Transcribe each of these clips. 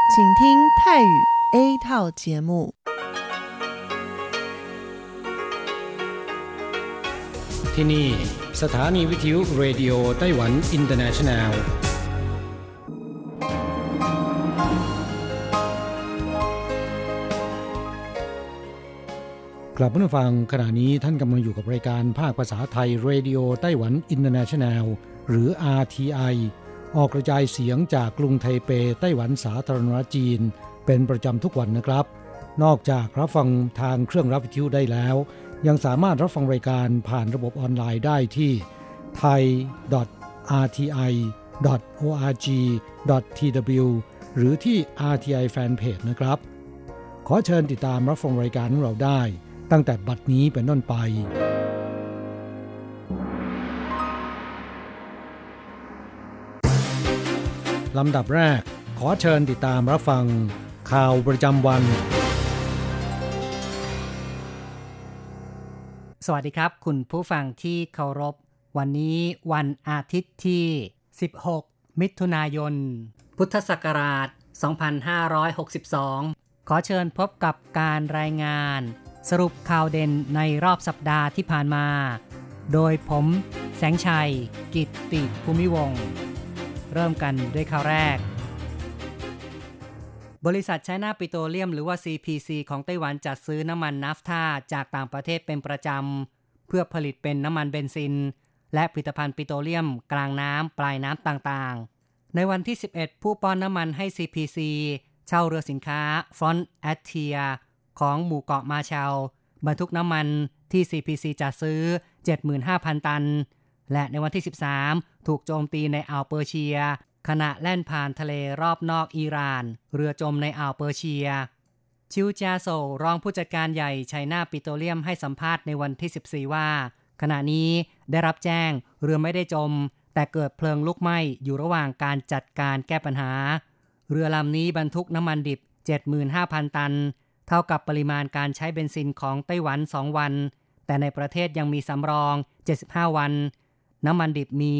请听泰语 A 套节目。 ที่นี่สถานีวิทยุเรดิโอไต้หวันอินเตอร์เนชั่นแนลกลับมาฟังขณะนี้ท่านกำลังอยู่กับรายการภาคภาษาไทยเรดิโอไต้หวันอินเตอร์เนชั่นแนลหรือ RTI ออกกระจายเสียงจากกรุงไทเปไต้หวันสาธารณรัฐจีนเป็นประจำทุกวันนะครับนอกจากรับฟังทางเครื่องรับวิทยุได้แล้วยังสามารถรับฟังรายการผ่านระบบออนไลน์ได้ที่ thai.rti.org.tw หรือที่ RTI Fanpage นะครับขอเชิญติดตามรับฟังรายการของเราได้ตั้งแต่บัดนี้เป็นต้นไปลำดับแรกขอเชิญติดตามรับฟังข่าวประจำวันสวัสดีครับคุณผู้ฟังที่เคารพวันนี้วันอาทิตย์ที่16มิถุนายนพุทธศักราช2562ขอเชิญพบกับการรายงานสรุปข่าวเด่นในรอบสัปดาห์ที่ผ่านมาโดยผมแสงชัยกิตติภูมิวงศ์เริ่มกันด้วยข่าวแรกบริษัทไชน่าปิโตรเลียมหรือว่า CPC ของไต้หวันจัดซื้อน้ำมันนาฟท่าจากต่างประเทศเป็นประจำเพื่อผลิตเป็นน้ำมันเบนซินและผลิตภัณฑ์ปิโตรเลียมกลางน้ำปลายน้ำต่างๆในวันที่11ผู้ป้อนน้ำมันให้ CPC เช่าเรือสินค้าฟรอนต์แอตเทียของหมู่เกาะมาเชลบรรทุกน้ำมันที่ CPC จัดซื้อ 75,000 ตันและในวันที่13ถูกโจมตีในอ่าวเปอร์เซียขณะแล่นผ่านทะเลรอบนอกอิหร่านเรือจมในอ่าวเปอร์เซียชิวจาโซรองผู้จัดการใหญ่ไชน่าปิโตรเลียมให้สัมภาษณ์ในวันที่14ว่าขณะนี้ได้รับแจ้งเรือไม่ได้จมแต่เกิดเพลิงลุกไหม้อยู่ระหว่างการจัดการแก้ปัญหาเรือลำนี้บรรทุกน้ำมันดิบ 75,000 ตันเท่ากับปริมาณการใช้เบนซินของไต้หวัน2วันแต่ในประเทศยังมีสำรอง75วันน้ำมันดิบมี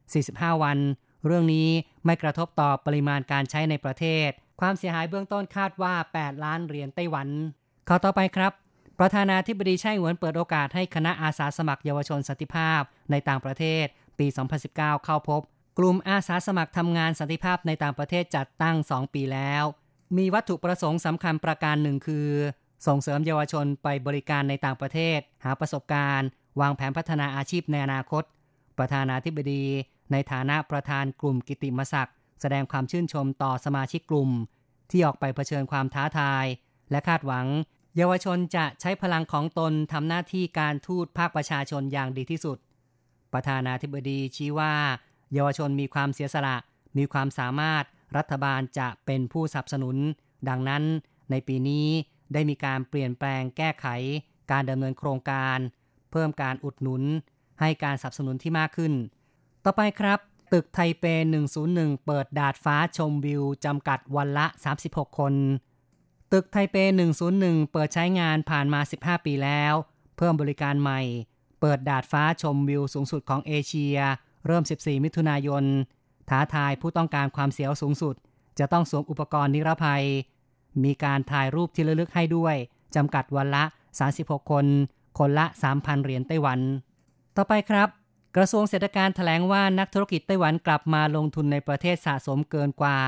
45วันเรื่องนี้ไม่กระทบต่อปริมาณการใช้ในประเทศความเสียหายเบื้องต้นคาดว่า8ล้านเหรียญไต้หวันข่าวต่อไปครับประธานาธิบดีไช่หงวนเปิดโอกาสให้คณะอาสาสมัครเยาวชนสันติภาพในต่างประเทศปี2019เข้าพบกลุ่มอาสาสมัครทำงานสันติภาพในต่างประเทศจัดตั้ง2ปีแล้วมีวัตถุประสงค์สำคัญประการหนึ่งคือส่งเสริมเยาวชนไปบริการในต่างประเทศหาประสบการณ์วางแผนพัฒนาอาชีพในอนาคตประธานาธิบดีในฐานะประธานกลุ่มกิตติมศักดิ์แสดงความชื่นชมต่อสมาชิกกลุ่มที่ออกไปเผชิญความท้าทายและคาดหวังเยาวชนจะใช้พลังของตนทำหน้าที่การทูตภาคประชาชนอย่างดีที่สุดประธานาธิบดีชี้ว่าเยาวชนมีความเสียสละมีความสามารถรัฐบาลจะเป็นผู้สนับสนุนดังนั้นในปีนี้ได้มีการเปลี่ยนแปลงแก้ไขการดำเนินโครงการเพิ่มการอุดหนุนให้การสนับสนุนที่มากขึ้นต่อไปครับตึกไทเป101เปิดดาดฟ้าชมวิวจำกัดวันละ36คนตึกไทเป101เปิดใช้งานผ่านมา15ปีแล้วเพิ่มบริการใหม่เปิดดาดฟ้าชมวิวสูงสุดของเอเชียเริ่ม14มิถุนายนท้าทายผู้ต้องการความเสียวสูงสุดจะต้องสวมอุปกรณ์นิรภัยมีการถ่ายรูปที่ระลึกให้ด้วยจำกัดวันละ36คนคนละ 3,000 เหรียญไต้หวันต่อไปครับกระทรวงเศรษฐกิจแถลงว่านักธุรกิจไต้หวันกลับมาลงทุนในประเทศสะสมเกินกว่า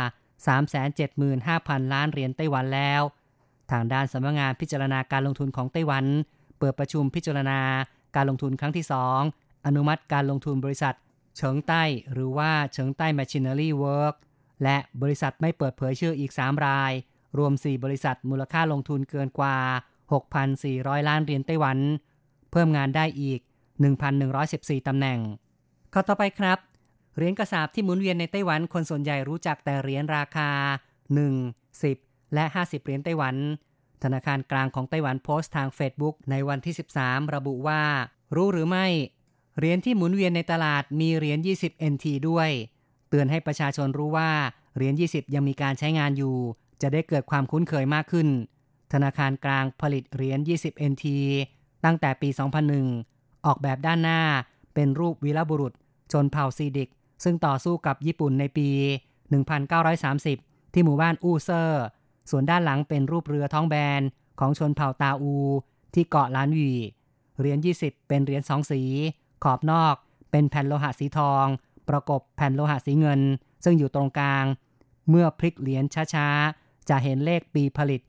375,000 ล้านเหรียญไต้หวันแล้วทางด้านสำนักงานพิจารณาการลงทุนของไต้หวันเปิดประชุมพิจารณาการลงทุนครั้งที่2อนุมัติการลงทุนบริษัทเฉิงไต้หรือว่าเฉิงไต้ Machinery Work และบริษัทไม่เปิดเผยชื่ออีก3รายรวม4บริษัทมูลค่าลงทุนเกินกว่า 6,400 ล้านเหรียญไต้หวันเพิ่มงานได้อีก 1,114 ตำแหน่งข้อต่อไปครับเหรียญกระสาบที่หมุนเวียนในไต้หวันคนส่วนใหญ่รู้จักแต่เหรียญราคา1 10และ50เหรียญไต้หวันธนาคารกลางของไต้หวันโพสต์ทาง Facebook ในวันที่13ระบุว่ารู้หรือไม่เหรียญที่หมุนเวียนในตลาดมีเหรียญ20 NT ด้วยเตือนให้ประชาชนรู้ว่าเหรียญ20ยังมีการใช้งานอยู่จะได้เกิดความคุ้นเคยมากขึ้นธนาคารกลางผลิตเหรียญ20 NT ตั้งแต่ปี 2001 ออกแบบด้านหน้าเป็นรูปวีรบุรุษชนเผ่าซีดิกซึ่งต่อสู้กับญี่ปุ่นในปี 1930 ที่หมู่บ้านอูเซอร์ส่วนด้านหลังเป็นรูปเรือท้องแบนของชนเผ่าตาอูที่เกาะล้านหวีเหรียญ20เป็นเหรียญ2สีขอบนอกเป็นแผ่นโลหะสีทองประกบแผ่นโลหะสีเงินซึ่งอยู่ตรงกลางเมื่อพลิกเหรียญช้าๆจะเห็นเลขปีผลิต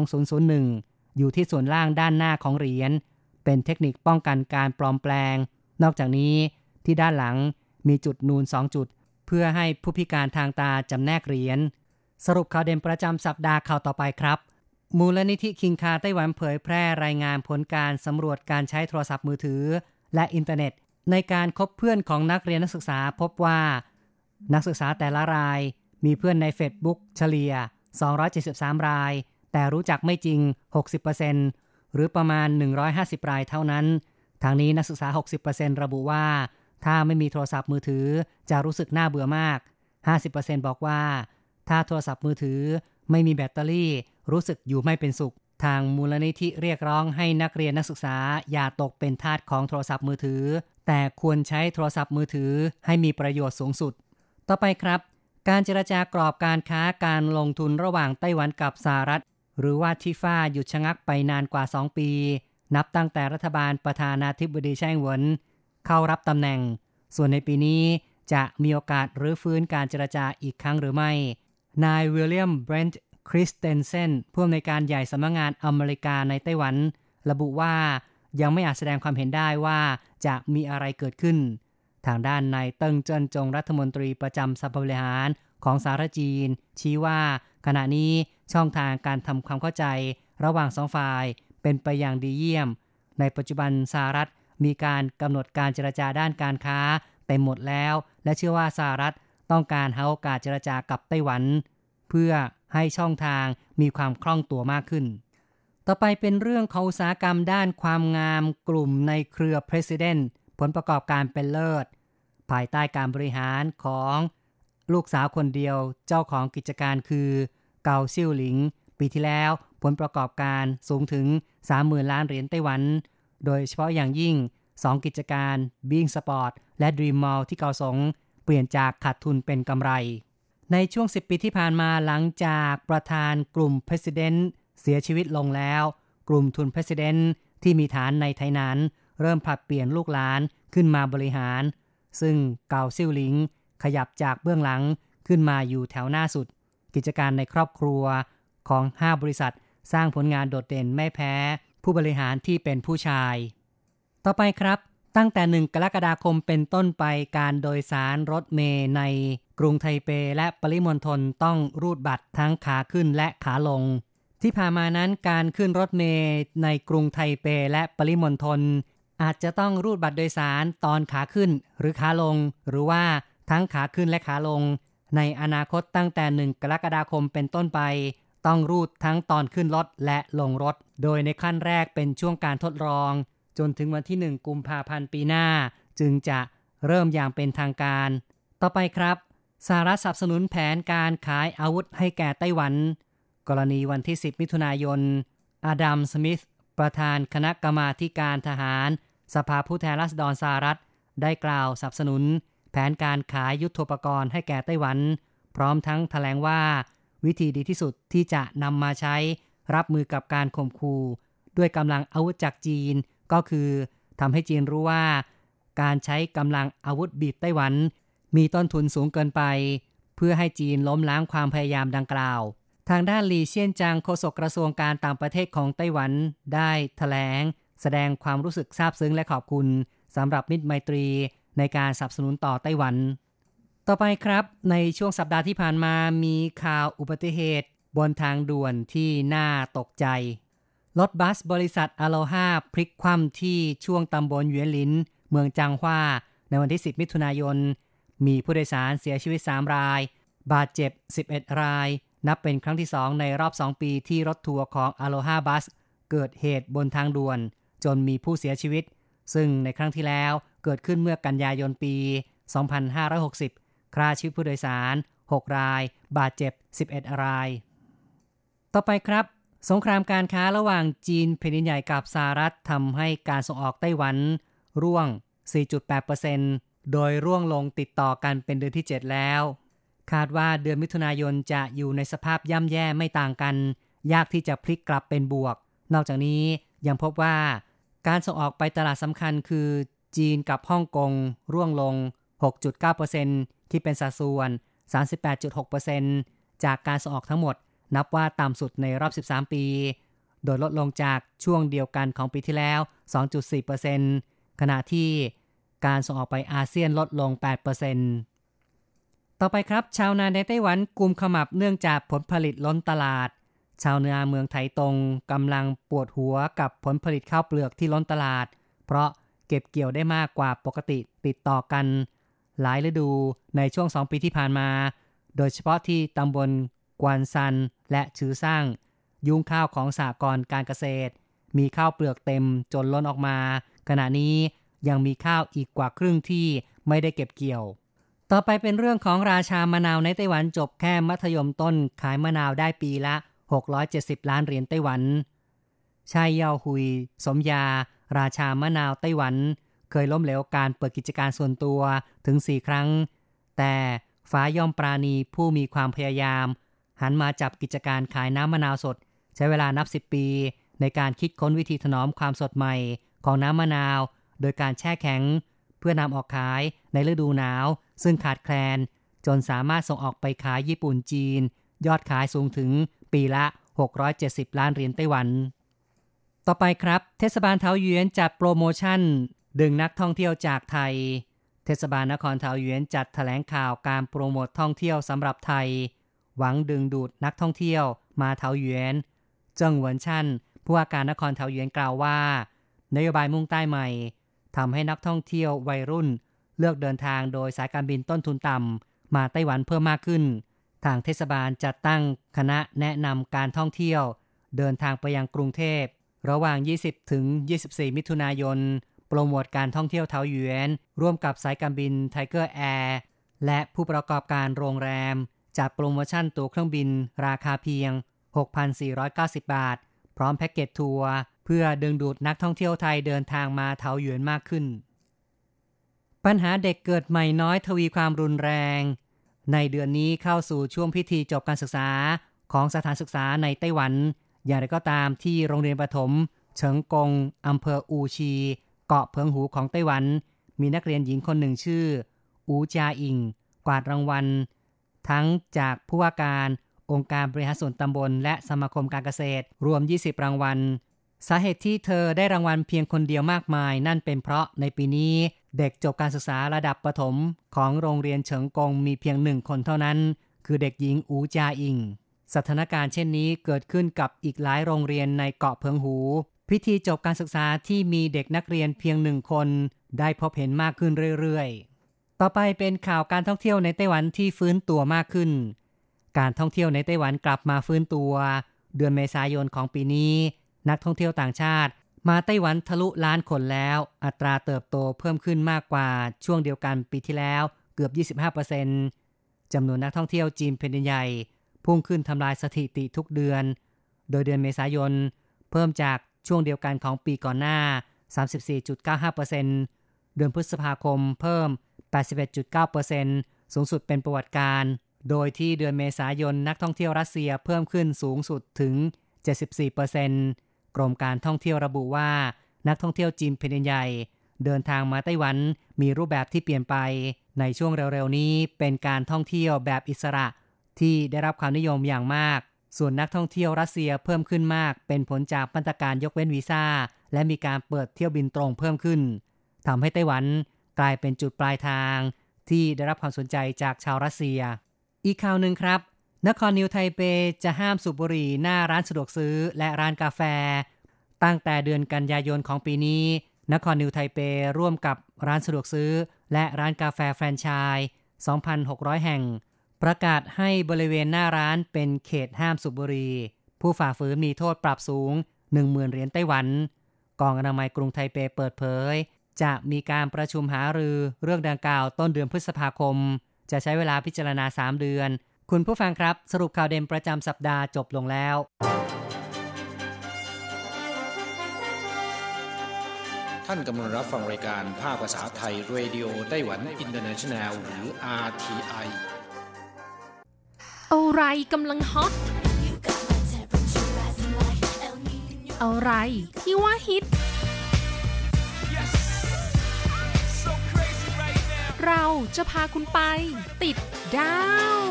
2001อยู่ที่ส่วนล่างด้านหน้าของเหรียญเป็นเทคนิคป้องกันการปลอมแปลงนอกจากนี้ที่ด้านหลังมีจุดนูน2จุดเพื่อให้ผู้พิการทางตาจำแนกเหรียญสรุปข่าวเด่นประจำสัปดาห์ข่าวต่อไปครับมูลนิธิคิงคาไต้หวันเผยแพร่รายงานผลการสำรวจการใช้โทรศัพท์มือถือและอินเทอร์เน็ตในการคบเพื่อนของนักเรียนนักศึกษาพบว่านักศึกษาแต่ละรายมีเพื่อนใน Facebook เฉลี่ย273รายแต่รู้จักไม่จริง 60% หรือประมาณ150รายเท่านั้นทางนี้นักศึกษา 60% ระบุว่าถ้าไม่มีโทรศัพท์มือถือจะรู้สึกน่าเบื่อมาก 50% บอกว่าถ้าโทรศัพท์มือถือไม่มีแบตเตอรี่รู้สึกอยู่ไม่เป็นสุขทางมูลนิธิเรียกร้องให้นักเรียนนักศึกษาอย่าตกเป็นทาสของโทรศัพท์มือถือแต่ควรใช้โทรศัพท์มือถือให้มีประโยชน์สูงสุดต่อไปครับการเจรจากรอบการค้าการลงทุนระหว่างไต้หวันกับสหรัฐหรือว่าทิฟ่าหยุดชะงักไปนานกว่า2ปีนับตั้งแต่รัฐบาลประธานาธิบดีไช่อิงเหวินเข้ารับตำแหน่งส่วนในปีนี้จะมีโอกาสรื้อฟื้นการเจรจาอีกครั้งหรือไม่นายวิลเลียมเบรนท์คริสเตนเซนผู้อำนวยการใหญ่สำนักงานอเมริกาในไต้หวันระบุว่ายังไม่อาจแสดงความเห็นได้ว่าจะมีอะไรเกิดขึ้นทางด้านนายเติ้งเจิ้นจงรัฐมนตรีประจำสภาบริหารของสาธารณจีนชี้ว่าขณะนี้ช่องทางการทำความเข้าใจระหว่างสองฝ่ายเป็นไปอย่างดีเยี่ยมในปัจจุบันสหรัฐมีการกำหนดการเจรจาด้านการค้าเต็มหมดแล้วและเชื่อว่าสหรัฐต้องการหาโอกาสเจรจากับไต้หวันเพื่อให้ช่องทางมีความคล่องตัวมากขึ้นต่อไปเป็นเรื่องของอุตสาหกรรมด้านความงามกลุ่มในเครือ President ผลประกอบการเป็นเลิศภายใต้การบริหารของลูกสาวคนเดียวเจ้าของกิจการคือเกาซิ่วหลิงปีที่แล้วผลประกอบการสูงถึง 30,000 ล้านเหรียญไต้หวันโดยเฉพาะอย่างยิ่ง2กิจการ Bing Sport และ Dream Mall ที่เกาสงเปลี่ยนจากขาดทุนเป็นกำไรในช่วง10ปีที่ผ่านมาหลังจากประธานกลุ่ม President เสียชีวิตลงแล้วกลุ่มทุน President ที่มีฐานในไทยนั้นเริ่มผลัดเปลี่ยนลูกหลานขึ้นมาบริหารซึ่งเกาซิ่วหลิงขยับจากเบื้องหลังขึ้นมาอยู่แถวหน้าสุดกิจการในครอบครัวของ5บริษัทสร้างผลงานโดดเด่นไม่แพ้ผู้บริหารที่เป็นผู้ชายต่อไปครับตั้งแต่1กรกฎาคมเป็นต้นไปการโดยสารรถเมล์ในกรุงไทเปและปริมณฑลต้องรูดบัตรทั้งขาขึ้นและขาลงที่ผ่านมานั้นการขึ้นรถเมล์ในกรุงไทเปและปริมณฑลอาจจะต้องรูดบัตรโดยสารตอนขาขึ้นหรือขาลงหรือว่าทั้งขาขึ้นและขาลงในอนาคตตั้งแต่1กรกฎาคมเป็นต้นไปต้องรูดทั้งตอนขึ้นรถและลงรถโดยในขั้นแรกเป็นช่วงการทดลองจนถึงวันที่1กุมภาพันธ์ปีหน้าจึงจะเริ่มอย่างเป็นทางการต่อไปครับสหรัฐสนับสนุนแผนการขายอาวุธให้แก่ไต้หวันกรณีวันที่10มิถุนายนอาดัมสมิธประธานคณะกรรมาธิการทหารสภาผู้แทนราษฎรสหรัฐได้กล่าวสนับสนุนแผนการขายยุทโธปกรณ์ให้แก่ไต้หวันพร้อมทั้งแถลงว่าวิธีดีที่สุดที่จะนำมาใช้รับมือกับการข่มขู่ด้วยกำลังอาวุธจากจีนก็คือทำให้จีนรู้ว่าการใช้กำลังอาวุธบีบไต้หวันมีต้นทุนสูงเกินไปเพื่อให้จีนล้มล้างความพยายามดังกล่าวทางด้านหลี่เซี่ยนจางโฆษกกระทรวงการต่างประเทศของไต้หวันได้แถลงแสดงความรู้สึกซาบซึ้งและขอบคุณสำหรับมิตรไมตรีในการสนับสนุนต่อไต้หวันต่อไปครับในช่วงสัปดาห์ที่ผ่านมามีข่าวอุบัติเหตุบนทางด่วนที่น่าตกใจรถบัสบริษัทอโลฮาพลิกคว่ำที่ช่วงตำบลเหวียนหลินเมืองจางฮวาในวันที่10มิถุนายนมีผู้โดยสารเสียชีวิต3รายบาดเจ็บ11รายนับเป็นครั้งที่2ในรอบ2ปีที่รถทัวร์ของอโลฮาบัสเกิดเหตุบนทางด่วนจนมีผู้เสียชีวิตซึ่งในครั้งที่แล้วเกิดขึ้นเมื่อกันยายนปี2560ฆ่าชีวิตผู้โดยสาร6รายบาดเจ็บ11รายต่อไปครับสงครามการค้าระหว่างจีนแผ่นดินใหญ่กับสหรัฐทำให้การส่งออกไต้หวันร่วง 4.8% โดยร่วงลงติดต่อกันเป็นเดือนที่7แล้วคาดว่าเดือนมิถุนายนจะอยู่ในสภาพย่ำแย่ไม่ต่างกันยากที่จะพลิกกลับเป็นบวกนอกจากนี้ยังพบว่าการส่งออกไปตลาดสำคัญคือจีนกับฮ่องกงร่วงลง 6.9% ที่เป็นสัดส่วน 38.6% จากการส่งออกทั้งหมดนับว่าต่ำสุดในรอบ13ปีโดยลดลงจากช่วงเดียวกันของปีที่แล้ว 2.4% ขณะที่การส่งออกไปอาเซียนลดลง 8% ต่อไปครับชาวนาในไต้หวันกุมขมับเนื่องจากผลผลิตล้นตลาดชาวนาเมืองไถตงกำลังปวดหัวกับผลผลิตข้าวเปลือกที่ล้นตลาดเพราะเก็บเกี่ยวได้มากกว่าปกติติดต่อกันหลายฤดูในช่วง2ปีที่ผ่านมาโดยเฉพาะที่ตำบลกวนซันและชือซ่างยุ้งข้าวของสหกรณ์การเกษตรมีข้าวเปลือกเต็มจนล้นออกมาขณะนี้ยังมีข้าวอีกกว่าครึ่งที่ไม่ได้เก็บเกี่ยวต่อไปเป็นเรื่องของราชามะนาวในไต้หวันจบแค่มัธยมต้นขายมะนาวได้ปีละ670ล้านเหรียญไต้หวันชายเยาหุยสมยาราชามะนาวไต้หวันเคยล้มเหลวการเปิดกิจการส่วนตัวถึง4ครั้งแต่ฟ้าย่อมปราณีผู้มีความพยายามหันมาจับกิจการขายน้ำมะนาวสดใช้เวลานับ10ปีในการคิดค้นวิธีถนอมความสดใหม่ของน้ำมะนาวโดยการแช่แข็งเพื่อนำออกขายในฤดูหนาวซึ่งขาดแคลนจนสามารถส่งออกไปขายญี่ปุ่นจีนยอดขายสูงถึงปีละ670ล้านเหรียญไต้หวันต่อไปครับเทศบาลเทาหยวนจัดโปรโมชั่นดึงนักท่องเที่ยวจากไทยเทศบาลนครเทาหยวนจัดแถลงข่าวการโปรโมทท่องเที่ยวสำหรับไทยหวังดึงดูดนักท่องเที่ยวมาเทาหยวนเจิ้งเหวินชั่นผู้ว่าการนครเทาหยวนกล่าวว่านโยบายมุ่งใต้ใหม่ทำให้นักท่องเที่ยววัยรุ่นเลือกเดินทางโดยสายการบินต้นทุนต่ำมาไต้หวันเพิ่มมากขึ้นทางเทศบาลจัดตั้งคณะแนะนำการท่องเที่ยวเดินทางไปยังกรุงเทพระหว่าง20ถึง24มิถุนายนโปรโมทการท่องเที่ยวเทาหยวนร่วมกับสายการบินไทเกอร์แอร์และผู้ประกอบการโรงแรมจัดโปรโมชั่นตั๋วเครื่องบินราคาเพียง 6,490 บาทพร้อมแพ็กเกจทัวร์เพื่อดึงดูดนักท่องเที่ยวไทยเดินทางมาเทาหยวนมากขึ้นปัญหาเด็กเกิดใหม่น้อยทวีความรุนแรงในเดือนนี้เข้าสู่ช่วงพิธีจบการศึกษาของสถานศึกษาในไต้หวันอย่างไรก็ตามที่โรงเรียนประถมเฉิงกงอำเภออูชีเกาะเพิงหูของไต้หวันมีนักเรียนหญิงคนหนึ่งชื่ออูจาอิงกวาดรางวัลทั้งจากผู้ว่าการองค์การบริหารส่วนตำบลและสมาคมการเกษตรรวม20รางวัลสาเหตุที่เธอได้รางวัลเพียงคนเดียวมากมายนั่นเป็นเพราะในปีนี้เด็กจบการศึกษาระดับประถมของโรงเรียนเฉิงกงมีเพียง1คนเท่านั้นคือเด็กหญิงอูจาอิงสถานการณ์เช่นนี้เกิดขึ้นกับอีกหลายโรงเรียนในเกาะเพิงหูพิธีจบการศึกษาที่มีเด็กนักเรียนเพียง1คนได้พบเห็นมากขึ้นเรื่อยๆต่อไปเป็นข่าวการท่องเที่ยวในไต้หวันที่ฟื้นตัวมากขึ้นการท่องเที่ยวในไต้หวันกลับมาฟื้นตัวเดือนเมษายนของปีนี้นักท่องเที่ยวต่างชาติมาไต้หวันทะลุล้านคนแล้วอัตราเติบโตเพิ่มขึ้นมากกว่าช่วงเดียวกันปีที่แล้วเกือบ 25% จำนวนนักท่องเที่ยวจีนแผ่นดินใหญ่พุ่งขึ้นทำลายสถิติทุกเดือนโดยเดือนเมษายนเพิ่มจากช่วงเดียวกันของปีก่อนหน้า 34.95% เดือนพฤษภาคมเพิ่ม 81.9% สูงสุดเป็นประวัติการโดยที่เดือนเมษายนนักท่องเที่ยวรัสเซียเพิ่มขึ้นสูงสุดถึง 74% กรมการท่องเที่ยวระบุว่านักท่องเที่ยวจีนแผ่นดินใหญ่เดินทางมาไต้หวันมีรูปแบบที่เปลี่ยนไปในช่วงเร็วๆนี้เป็นการท่องเที่ยวแบบอิสระที่ได้รับความนิยมอย่างมากส่วนนักท่องเที่ยวรัสเซียเพิ่มขึ้นมากเป็นผลจากมาตรการยกเว้นวีซ่าและมีการเปิดเที่ยวบินตรงเพิ่มขึ้นทำให้ไต้หวันกลายเป็นจุดปลายทางที่ได้รับความสนใจจากชาวรัสเซียอีกข่าวหนึ่งครับนครนิวไทเปจะห้ามสูบบุหรี่หน้าร้านสะดวกซื้อและร้านกาแฟตั้งแต่เดือนกันยายนของปีนี้นครนิวไทเปร่วมกับร้านสะดวกซื้อและร้านกาแฟแฟรนไชส์ 2,600 แห่งประกาศให้บริเวณหน้าร้านเป็นเขตห้ามสูบบุหรี่ผู้ฝ่าฝืนมีโทษปรับสูง 10,000 เหรียญไต้หวันกองอนามัยกรุงไทเปเปิดเผยจะมีการประชุมหารือเรื่องดังกล่าวต้นเดือนพฤษภาคมจะใช้เวลาพิจารณา3เดือนคุณผู้ฟังครับสรุปข่าวเด่นประจำสัปดาห์จบลงแล้วท่านกำลังรับฟังรายการภาคภาษาไทยเรดิโอไต้หวันอินเตอร์เนชั่นแนลหรือ RTI อะไรกำลังฮอตอะไรที่ว่าฮิตเราจะพาคุณไปติดดาว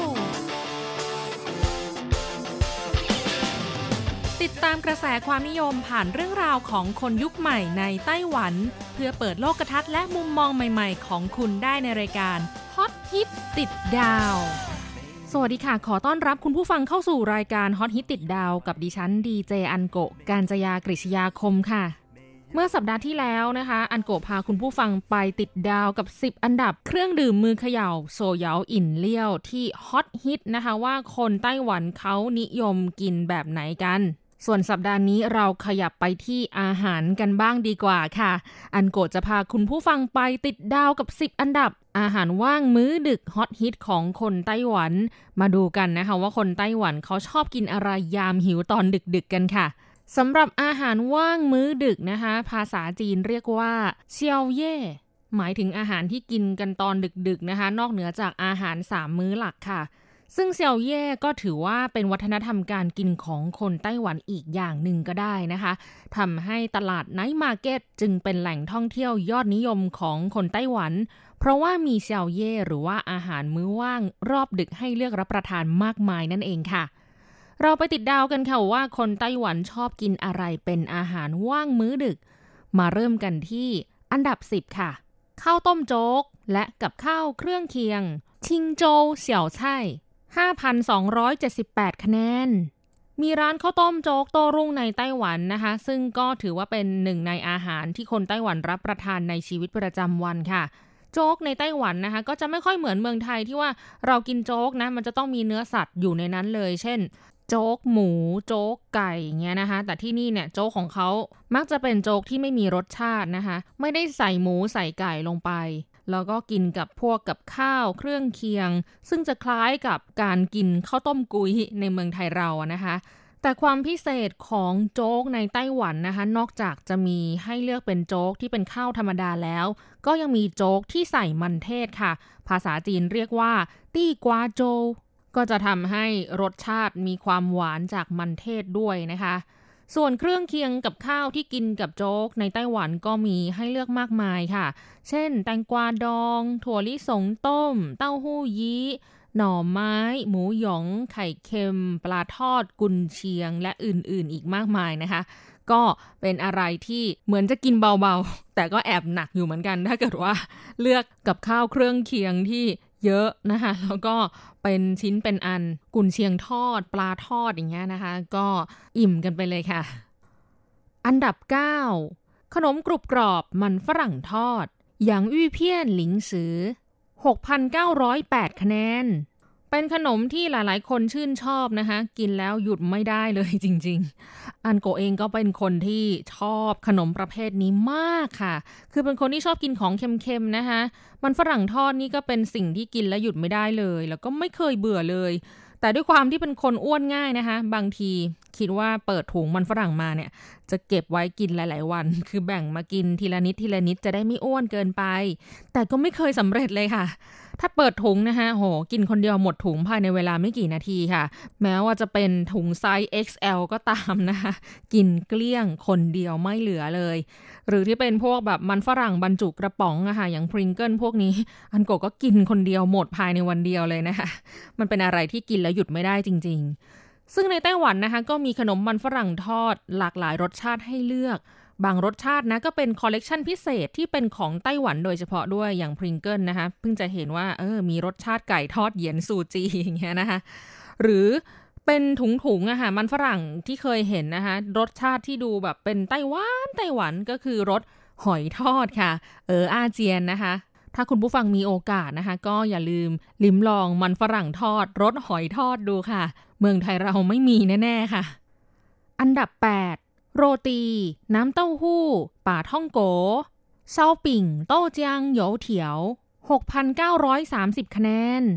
ติดตามกระแสความนิยมผ่านเรื่องราวของคนยุคใหม่ในไต้หวันเพื่อเปิดโลกทัศน์และมุมมองใหม่ๆของคุณได้ในรายการฮอตฮิตติดดาวสวัสดีค่ะขอต้อนรับคุณผู้ฟังเข้าสู่รายการฮอตฮิตติดดาวกับดิฉันดีเจอันโกะกาญจยากฤษยาคมค่ะเมื่อสัปดาห์ที่แล้วนะคะอันโกะพาคุณผู้ฟังไปติดดาวกับ10อันดับเครื่องดื่มมือเขย่าโซเหยาอิ่นเลี่ยวที่ฮอตฮิตนะคะว่าคนไต้หวันเขานิยมกินแบบไหนกันส่วนสัปดาห์นี้เราขยับไปที่อาหารกันบ้างดีกว่าค่ะอันโกะจะพาคุณผู้ฟังไปติดดาวกับ10อันดับอาหารว่างมื้อดึกฮอตฮิตของคนไต้หวันมาดูกันนะคะว่าคนไต้หวันเขาชอบกินอะไรยามหิวตอนดึกๆกันค่ะสำหรับอาหารว่างมื้อดึกนะคะภาษาจีนเรียกว่าเซียวเย่หมายถึงอาหารที่กินกันตอนดึกๆนะคะนอกเหนือจากอาหาร3มื้อหลักค่ะซึ่งเซียวเย่ก็ถือว่าเป็นวัฒนธรรมการกินของคนไต้หวันอีกอย่างหนึ่งก็ได้นะคะทำให้ตลาดไนท์มาร์เก็ตจึงเป็นแหล่งท่องเที่ยวยอดนิยมของคนไต้หวันเพราะว่ามีเซียวเย่หรือว่าอาหารมื้อว่างรอบดึกให้เลือกรับประทานมากมายนั่นเองค่ะเราไปติดดาวกันค่ะว่าคนไต้หวันชอบกินอะไรเป็นอาหารว่างมื้อดึกมาเริ่มกันที่อันดับ10ค่ะข้าวต้มโจ๊กและกับข้าวเครื่องเคียงชิงโจวเสี่ยวไช่5,278 คะแนนมีร้านข้าวต้มโจ๊กโต้รุ่งในไต้หวันนะคะซึ่งก็ถือว่าเป็นหนึ่งในอาหารที่คนไต้หวันรับประทานในชีวิตประจำวันค่ะโจ๊กในไต้หวันนะคะก็จะไม่ค่อยเหมือนเมืองไทยที่ว่าเรากินโจ๊กนะมันจะต้องมีเนื้อสัตว์อยู่ในนั้นเลยเช่นโจ๊กหมูโจ๊กไก่เงี้ยนะคะแต่ที่นี่เนี่ยโจ๊กของเขามักจะเป็นโจ๊กที่ไม่มีรสชาตินะคะไม่ได้ใส่หมูใส่ไก่ลงไปแล้วก็กินกับพวกกับข้าวเครื่องเคียงซึ่งจะคล้ายกับการกินข้าวต้มกุยในเมืองไทยเรานะคะแต่ความพิเศษของโจ๊กในไต้หวันนะคะนอกจากจะมีให้เลือกเป็นโจ๊กที่เป็นข้าวธรรมดาแล้วก็ยังมีโจ๊กที่ใส่มันเทศค่ะภาษาจีนเรียกว่าตี้กวาโจวก็จะทำให้รสชาติมีความหวานจากมันเทศด้วยนะคะส่วนเครื่องเคียงกับข้าวที่กินกับโจ๊กในไต้หวันก็มีให้เลือกมากมายค่ะเช่นแตงกวาดองถั่วลิสงต้มเต้าหู้ยี้หน่อไม้หมูหยองไข่เค็มปลาทอดกุนเชียงและอื่นๆอีกมากมายนะคะก็เป็นอะไรที่เหมือนจะกินเบาๆแต่ก็แอบหนักอยู่เหมือนกันถ้าเกิดว่าเลือกกับข้าวเครื่องเคียงที่เยอะนะคะแล้วก็เป็นชิ้นเป็นอันกุนเชียงทอดปลาทอดอย่างเงี้ยนะคะก็อิ่มกันไปเลยค่ะอันดับ9ขนมกรุบกรอบมันฝรั่งทอดหยางอี้เพี้ยนหลิงซือ 6,908 คะแนนเป็นขนมที่หลายๆคนชื่นชอบนะคะกินแล้วหยุดไม่ได้เลยจริงๆอันโกเองก็เป็นคนที่ชอบขนมประเภทนี้มากค่ะคือเป็นคนที่ชอบกินของเค็มๆนะคะมันฝรั่งทอดนี่ก็เป็นสิ่งที่กินแล้วหยุดไม่ได้เลยแล้วก็ไม่เคยเบื่อเลยแต่ด้วยความที่เป็นคนอ้วนง่ายนะคะบางทีคิดว่าเปิดถุงมันฝรั่งมาเนี่ยจะเก็บไว้กินหลายๆวันคือแบ่งมากินทีละนิดทีละนิดจะได้ไม่อ้วนเกินไปแต่ก็ไม่เคยสำเร็จเลยค่ะถ้าเปิดถุงนะคะโหกินคนเดียวหมดถุงภายในเวลาไม่กี่นาทีค่ะแม้ว่าจะเป็นถุงไซส์ XL ก็ตามนะคะกินเกลี้ยงคนเดียวไม่เหลือเลยหรือที่เป็นพวกแบบมันฝรั่งบรรจุกระป๋องอะค่ะอย่างพริงเกิลพวกนี้อันโกก็กินคนเดียวหมดภายในวันเดียวเลยนะคะมันเป็นอะไรที่กินแล้วหยุดไม่ได้จริงๆซึ่งในไต้หวันนะคะก็มีขนมมันฝรั่งทอดหลากหลายรสชาติให้เลือกบางรสชาตินะก็เป็นคอลเลกชันพิเศษที่เป็นของไต้หวันโดยเฉพาะด้วยอย่างพริงเกิลนะคะเพิ่งจะเห็นว่ามีรสชาติไก่ทอดเหยียนซูจีอย่างเงี้ยนะคะหรือเป็นถุงๆอะค่ะมันฝรั่งที่เคยเห็นนะคะรสชาติที่ดูแบบเป็นไต้หวันก็คือรสหอยทอดค่ะอาเจียนนะคะถ้าคุณผู้ฟังมีโอกาสนะคะก็อย่าลืมลิ้มลองมันฝรั่งทอดรสหอยทอดดูค่ะเมืองไทยเราไม่มีแน่ๆค่ะอันดับ8โรตีน้ำเต้าหู้ป่าท่องโกเซาปิ่งโต้เจียงโหยวเถียว 6,930 คะแนน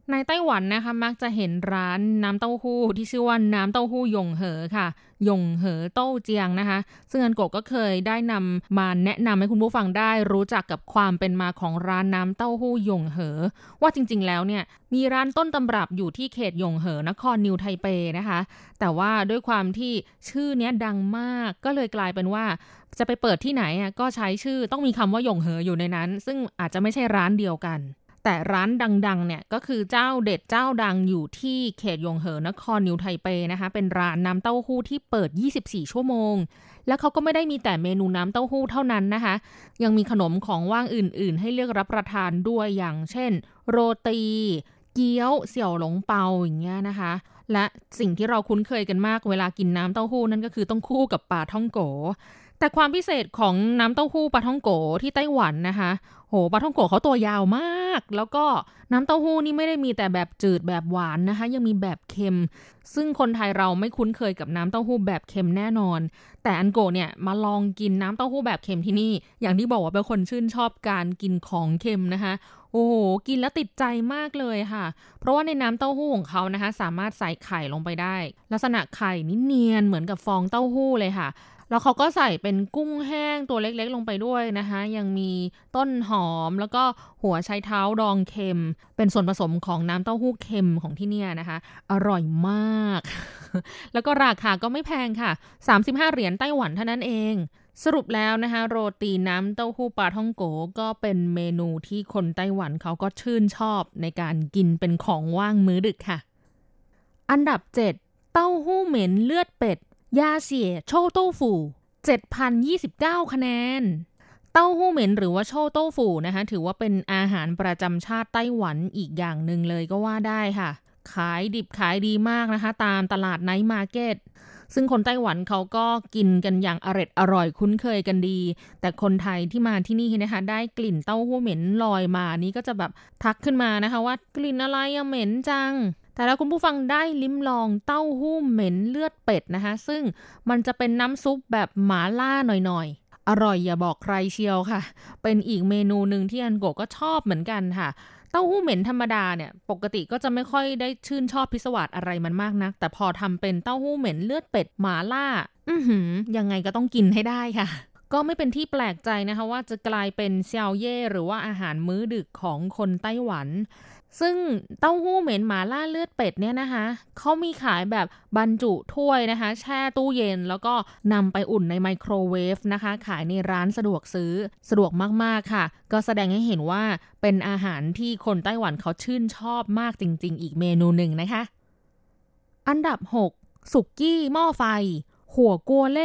ในไต้หวันนะคะมักจะเห็นร้านน้ำเต้าหู้ที่ชื่อว่าน้ำเต้าหู้หยงเหอค่ะหยงเหอเต้าเจียงนะคะซึ่งอันโกะก็เคยได้นำมาแนะนำให้คุณผู้ฟังได้รู้จักกับความเป็นมาของร้านน้ำเต้าหู้หยงเหอว่าจริงๆแล้วเนี่ยมีร้านต้นตำรับอยู่ที่เขตหยงเหอนครนิวไทเปนะคะแต่ว่าด้วยความที่ชื่อเนี้ยดังมากก็เลยกลายเป็นว่าจะไปเปิดที่ไหนก็ใช้ชื่อต้องมีคำว่าหยงเหออยู่ในนั้นซึ่งอาจจะไม่ใช่ร้านเดียวกันแต่ร้านดังๆเนี่ยก็คือเจ้าเด็ดเจ้าดังอยู่ที่เขตหยงเหอนครนิวไทเปนะคะเป็นร้านน้ำเต้าหู้ที่เปิด24ชั่วโมงแล้วเขาก็ไม่ได้มีแต่เมนูน้ำเต้าหู้เท่านั้นนะคะยังมีขนมของว่างอื่นๆให้เลือกรับประทานด้วยอย่างเช่นโรตีเกี๊ยวเสี่ยวหลงเปาอย่างเงี้ยนะคะและสิ่งที่เราคุ้นเคยกันมากเวลากินน้ำเต้าหู้นั่นก็คือต้องคู่กับปลาท่องโกแต่ความพิเศษของน้ำเต้าหู้ปลาท่องโกที่ไต้หวันนะคะโหปลาท่องโกเขาตัวยาวมากแล้วก็น้ำเต้าหู้นี่ไม่ได้มีแต่แบบจืดแบบหวานนะคะยังมีแบบเค็มซึ่งคนไทยเราไม่คุ้นเคยกับน้ำเต้าหู้แบบเค็มแน่นอนแต่อันโกเนี่ยมาลองกินน้ำเต้าหู้แบบเค็มที่นี่อย่างที่บอกว่าเป็นคนชื่นชอบการกินของเค็มนะคะโอ้โหกินแล้วติดใจมากเลยค่ะเพราะว่าในน้ำเต้าหู้ของเขานะคะสามารถใส่ไข่ลงไปได้ลักษณะไข่นี่เนียนเหมือนกับฟองเต้าหู้เลยค่ะแล้วเขาก็ใส่เป็นกุ้งแห้งตัวเล็กๆลงไปด้วยนะคะยังมีต้นหอมแล้วก็หัวไชเท้าดองเค็มเป็นส่วนผสมของน้ำเต้าหู้เค็มของที่เนี่ยนะคะอร่อยมาก แล้วก็ราคาก็ไม่แพงค่ะ35เหรียญไต้หวันเท่านั้นเองสรุปแล้วนะคะโรตีน้ำเต้าหู้ปลาท่องโกก็เป็นเมนูที่คนไต้หวันเขาก็ชื่นชอบในการกินเป็นของว่างมื้อดึกค่ะอันดับ7เต้าหู้เหม็นเลือดเป็ดยาเสี่ยโชโต้ฟู 7,029 คะแนนเต้าหู้เหม็นหรือว่าโชโต้ฟูนะคะถือว่าเป็นอาหารประจำชาติไต้หวันอีกอย่างหนึ่งเลยก็ว่าได้ค่ะขายดิบขายดีมากนะคะตามตลาดไนท์มาร์เก็ตซึ่งคนไต้หวันเขาก็กินกันอย่างอร่อยคุ้นเคยกันดีแต่คนไทยที่มาที่นี่นะคะได้กลิ่นเต้าหู้เหม็นลอยมานี่ก็จะแบบทักขึ้นมานะคะว่ากลิ่นอะไรอะเหม็นจังแต่แล้วคุณผู้ฟังได้ลิ้มลองเต้าหู้เหม็นเลือดเป็ดนะคะซึ่งมันจะเป็นน้ำซุปแบบหม่าล่าหน่อยๆอร่อยอย่าบอกใครเชียวค่ะเป็นอีกเมนูนึงที่อันโกะก็ชอบเหมือนกันค่ะเต้าหู้เหม็นธรรมดาเนี่ยปกติก็จะไม่ค่อยได้ชื่นชอบพิศวาสอะไรมันมากนักแต่พอทำเป็นเต้าหู้เหม็นเลือดเป็ดหม่าล่ายังไงก็ต้องกินให้ได้ค่ะก็ไม่เป็นที่แปลกใจนะคะว่าจะกลายเป็นเซียวเย่หรือว่าอาหารมื้อดึกของคนไต้หวันซึ่งเต้าหู้เหม็นหม่าล่าเลือดเป็ดเนี่ยนะคะเขามีขายแบบบรรจุถ้วยนะคะแช่ตู้เย็นแล้วก็นำไปอุ่นในไมโครเวฟนะคะขายในร้านสะดวกซื้อสะดวกมากๆค่ะก็แสดงให้เห็นว่าเป็นอาหารที่คนไต้หวันเขาชื่นชอบมากจริงๆอีกเมนูหนึ่งนะคะอันดับ6สุกี้หม้อไฟหัวกัวเล่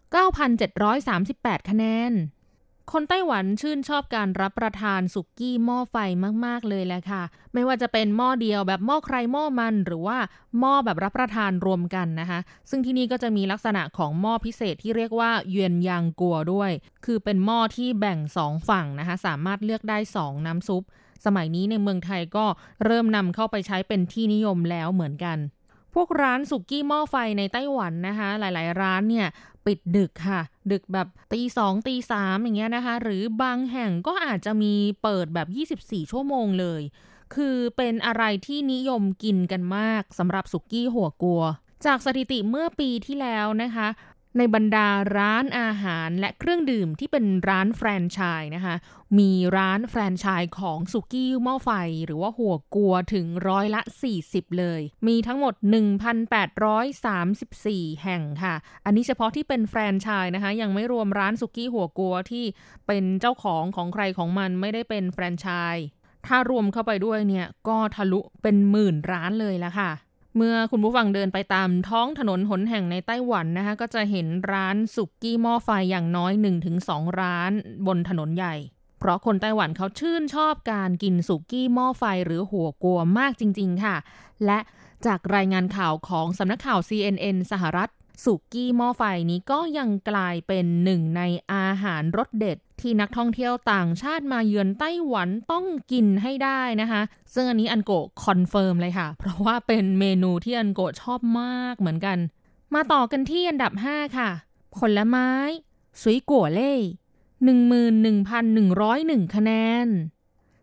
9,738 คะแนนคนไต้หวันชื่นชอบการรับประทานสุกี้หม้อไฟมากๆเลยแหละค่ะไม่ว่าจะเป็นหม้อเดียวแบบหม้อใครหม้อมันหรือว่าหม้อแบบรับประทานรวมกันนะคะซึ่งที่นี่ก็จะมีลักษณะของหม้อพิเศษที่เรียกว่าเยวนยางกัวด้วยคือเป็นหม้อที่แบ่ง2ฝั่งนะคะสามารถเลือกได้2น้ำซุปสมัยนี้ในเมืองไทยก็เริ่มนำเข้าไปใช้เป็นที่นิยมแล้วเหมือนกันพวกร้านสุกี้หม้อไฟในไต้หวันนะคะหลายๆร้านเนี่ยปิดดึกค่ะดึกแบบตี 2 ตี 3อย่างเงี้ยนะคะหรือบางแห่งก็อาจจะมีเปิดแบบ24ชั่วโมงเลยคือเป็นอะไรที่นิยมกินกันมากสำหรับสุกี้หัวกัวจากสถิติเมื่อปีที่แล้วนะคะในบรรดาร้านอาหารและเครื่องดื่มที่เป็นร้านแฟรนไชส์นะคะมีร้านแฟรนไชส์ของสุกี้หม้อไฟหรือว่าหัวกัวถึง40%เลยมีทั้งหมด 1,834 แห่งค่ะอันนี้เฉพาะที่เป็นแฟรนไชส์นะคะยังไม่รวมร้านสุกี้หัวกัวที่เป็นเจ้าของใครของมันไม่ได้เป็นแฟรนไชส์ถ้ารวมเข้าไปด้วยเนี่ยก็ทะลุเป็นหมื่นร้านเลยละค่ะเมื่อคุณผู้ฟังเดินไปตามท้องถนนหนแห่งในไต้หวันนะคะก็จะเห็นร้านสุกี้หม้อไฟอย่างน้อย 1-2 ร้านบนถนนใหญ่เพราะคนไต้หวันเขาชื่นชอบการกินสุกี้หม้อไฟหรือหัวกัวมากจริงๆค่ะและจากรายงานข่าวของสำนักข่าว CNN สหรัฐสุกี้หม้อไฟนี้ก็ยังกลายเป็นหนึ่งในอาหารรสเด็ดที่นักท่องเที่ยวต่างชาติมาเยือนไต้หวันต้องกินให้ได้นะคะซึ่งอันนี้อันโกะคอนเฟิร์มเลยค่ะเพราะว่าเป็นเมนูที่อันโกะชอบมากเหมือนกันมาต่อกันที่อันดับ5ค่ะผลไม้สุยกัวเล่ 11,101 คะแนน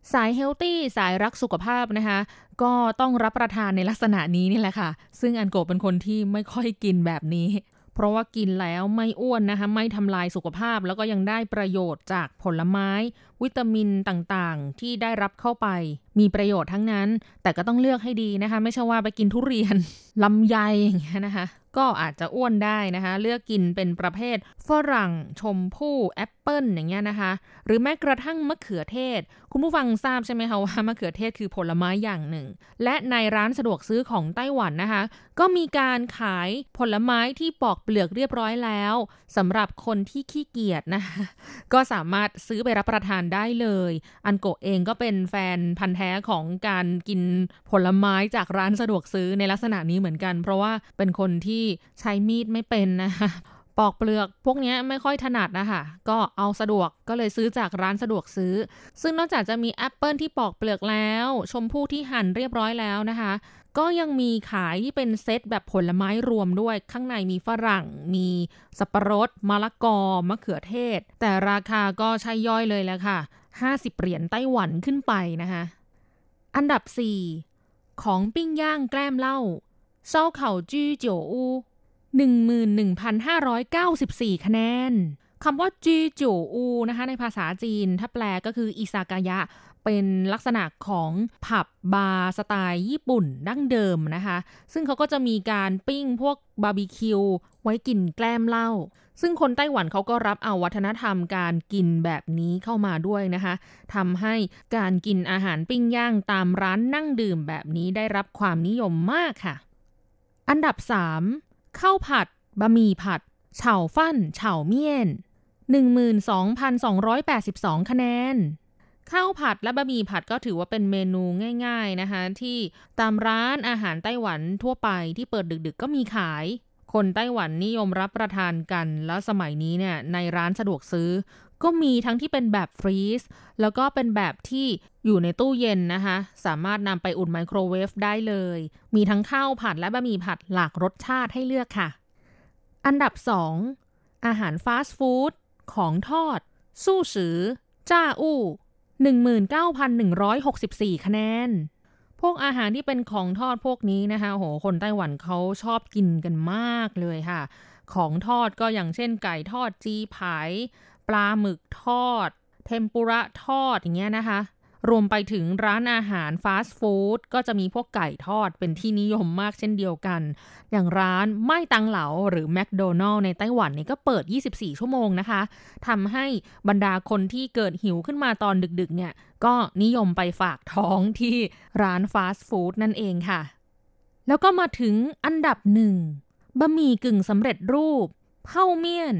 สายเฮลตี้สายรักสุขภาพนะคะก็ต้องรับประทานในลักษณะนี้นี่แหละค่ะซึ่งอันโกะเป็นคนที่ไม่ค่อยกินแบบนี้เพราะว่ากินแล้วไม่อ้วนนะคะไม่ทำลายสุขภาพแล้วก็ยังได้ประโยชน์จากผลไม้วิตามินต่างๆที่ได้รับเข้าไปมีประโยชน์ทั้งนั้นแต่ก็ต้องเลือกให้ดีนะคะไม่ใช่ว่าไปกินทุเรียนลำไยอย่างเงี้ยนะคะก็อาจจะอ้วนได้นะคะเลือกกินเป็นประเภทฝรั่งชมพู่แอปเปิ้ลอย่างเงี้ยนะคะหรือแม้กระทั่งมะเขือเทศคุณผู้ฟังทราบใช่ไหมคะว่ามะเขือเทศคือผลไม้อย่างหนึ่งและในร้านสะดวกซื้อของไต้หวันนะคะก็มีการขายผลไม้ที่ปอกเปลือกเรียบร้อยแล้วสำหรับคนที่ขี้เกียจนะคะก็สามารถซื้อไปรับประทานได้เลยอันโกะเองก็เป็นแฟนพันธุ์แท้ของการกินผลไม้จากร้านสะดวกซื้อในลักษณะนี้เหมือนกันเพราะว่าเป็นคนที่ใช้มีดไม่เป็นนะคะปอกเปลือกพวกนี้ไม่ค่อยถนัดนะคะก็เอาสะดวกก็เลยซื้อจากร้านสะดวกซื้อซึ่งนอกจากจะมีแอปเปิลที่ปอกเปลือกแล้วชมพู่ที่หั่นเรียบร้อยแล้วนะคะก็ยังมีขายที่เป็นเซตแบบผลไม้รวมด้วยข้างในมีฝรั่งมีสับปะรดมะละกอมะเขือเทศแต่ราคาก็ใช่ย่อยเลยแหละค่ะ50เหรียญไต้หวันขึ้นไปนะคะอันดับ4ของปิ้งย่างแกล้มเหล้าเซาเข่าจื้อเจียวอู11,594 คะแนนคำว่าจื้อเจียวอูนะคะในภาษาจีนถ้าแปลก็คืออิซากายะเป็นลักษณะของผับบาร์สไตล์ญี่ปุ่นดั้งเดิมนะคะซึ่งเขาก็จะมีการปิ้งพวกบาร์บีคิวไว้กินแกล้มเหล้าซึ่งคนไต้หวันเขาก็รับเอาวัฒนธรรมการกินแบบนี้เข้ามาด้วยนะคะทำให้การกินอาหารปิ้งย่างตามร้านนั่งดื่มแบบนี้ได้รับความนิยมมากค่ะอันดับ3ข้าวผัดบะหมี่ผัดเฉาฟั่นเฉาเมี่ยน 12,282 คะแนนข้าวผัดและบะหมี่ผัดก็ถือว่าเป็นเมนูง่ายๆนะคะที่ตามร้านอาหารไต้หวันทั่วไปที่เปิดดึกๆก็มีขายคนไต้หวันนิยมรับประทานกันแล้วสมัยนี้เนี่ยในร้านสะดวกซื้อก็มีทั้งที่เป็นแบบฟรีซแล้วก็เป็นแบบที่อยู่ในตู้เย็นนะคะสามารถนำไปอุ่นไมโครเวฟได้เลยมีทั้งข้าวผัดและบะหมี่ผัดหลากรสชาติให้เลือกค่ะอันดับ2อาหารฟาสต์ฟู้ดของทอดสู้สือจ้าอู้ 19,164 คะแนนพวกอาหารที่เป็นของทอดพวกนี้นะคะโหคนไต้หวันเขาชอบกินกันมากเลยค่ะของทอดก็อย่างเช่นไก่ทอดจีไผปลาหมึกทอดเทมปุระทอดอย่างเงี้ยนะคะรวมไปถึงร้านอาหารฟาสต์ฟู้ดก็จะมีพวกไก่ทอดเป็นที่นิยมมากเช่นเดียวกันอย่างร้านไม่ตังเหลาหรือแมคโดนัลล์ในไต้หวันนี่ก็เปิด24ชั่วโมงนะคะทำให้บรรดาคนที่เกิดหิวขึ้นมาตอนดึกๆเนี่ยก็นิยมไปฝากท้องที่ร้านฟาสต์ฟู้ดนั่นเองค่ะแล้วก็มาถึงอันดับ1บะหมี่กึ่งสำเร็จรูปเผ่าเมี่ยน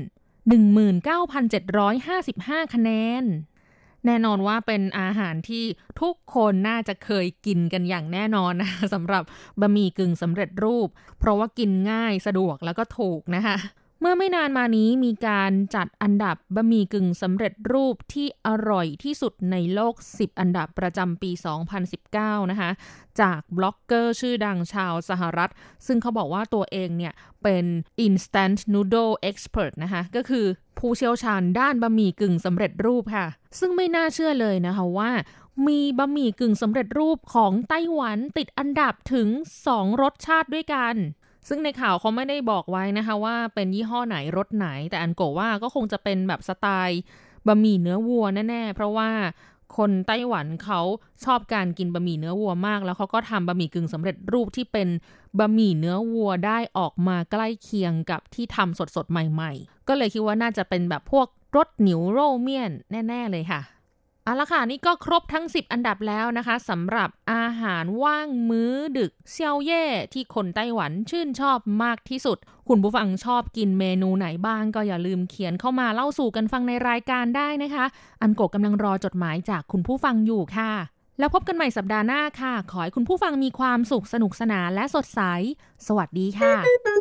19,755 คะแนนแน่นอนว่าเป็นอาหารที่ทุกคนน่าจะเคยกินกันอย่างแน่นอนนะสำหรับบะหมี่กึ่งสำเร็จรูปเพราะว่ากินง่ายสะดวกแล้วก็ถูกนะคะเมื่อไม่นานมานี้มีการจัดอันดับบะหมี่กึ่งสำเร็จรูปที่อร่อยที่สุดในโลก10อันดับประจำปี2019นะคะจากบล็อกเกอร์ชื่อดังชาวสหรัฐซึ่งเขาบอกว่าตัวเองเนี่ยเป็น instant noodle expert นะคะก็คือผู้เชี่ยวชาญด้านบะหมี่กึ่งสำเร็จรูปค่ะซึ่งไม่น่าเชื่อเลยนะคะว่ามีบะหมี่กึ่งสำเร็จรูปของไต้หวันติดอันดับถึง2รสชาติด้วยกันซึ่งในข่าวเขาไม่ได้บอกไว้นะคะว่าเป็นยี่ห้อไหนรสไหนแต่อันโกะว่าก็คงจะเป็นแบบสไตล์บะหมี่เนื้อวัวแน่ๆเพราะว่าคนไต้หวันเขาชอบการกินบะหมี่เนื้อวัวมากแล้วเขาก็ทำบะหมี่กึ่งสำเร็จรูปที่เป็นบะหมี่เนื้อวัวได้ออกมาใกล้เคียงกับที่ทำสดๆใหม่ๆก็เลยคิดว่าน่าจะเป็นแบบพวกรสหนิวโร่เมี่ยนแน่ๆเลยค่ะเอาละค่ะนี่ก็ครบทั้ง10อันดับแล้วนะคะสำหรับอาหารว่างมื้อดึกเซียวเย่ที่คนไต้หวันชื่นชอบมากที่สุดคุณผู้ฟังชอบกินเมนูไหนบ้างก็อย่าลืมเขียนเข้ามาเล่าสู่กันฟังในรายการได้นะคะอันโกะกำลังรอจดหมายจากคุณผู้ฟังอยู่ค่ะแล้วพบกันใหม่สัปดาห์หน้าค่ะขอให้คุณผู้ฟังมีความสุขสนุกสนานและสดใสสวัสดีค่ะ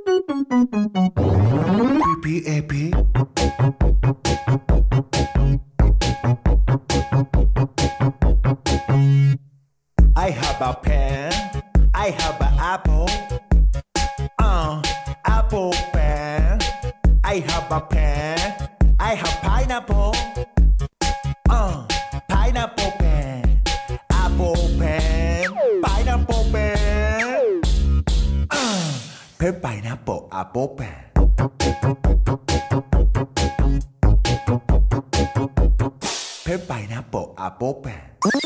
PPAP I have a pen I have an apple apple pen I have a pen I have pineapple pineapple pen pineapple apple pear pineapple apple pear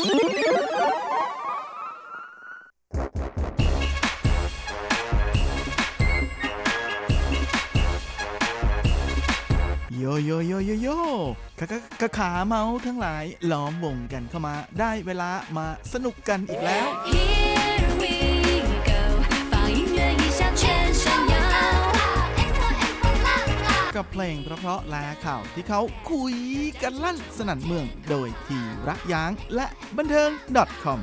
โยโยโยโยโยขาเมาทั้งหลายล้อมวงกันเข้ามาได้เวลามาสนุกกันอีกแล้วกับเพลงเพราะๆและข่าวที่เขาคุยกันลั่นสนั่นเมืองโดยทีรักย้างและบันเทิง .com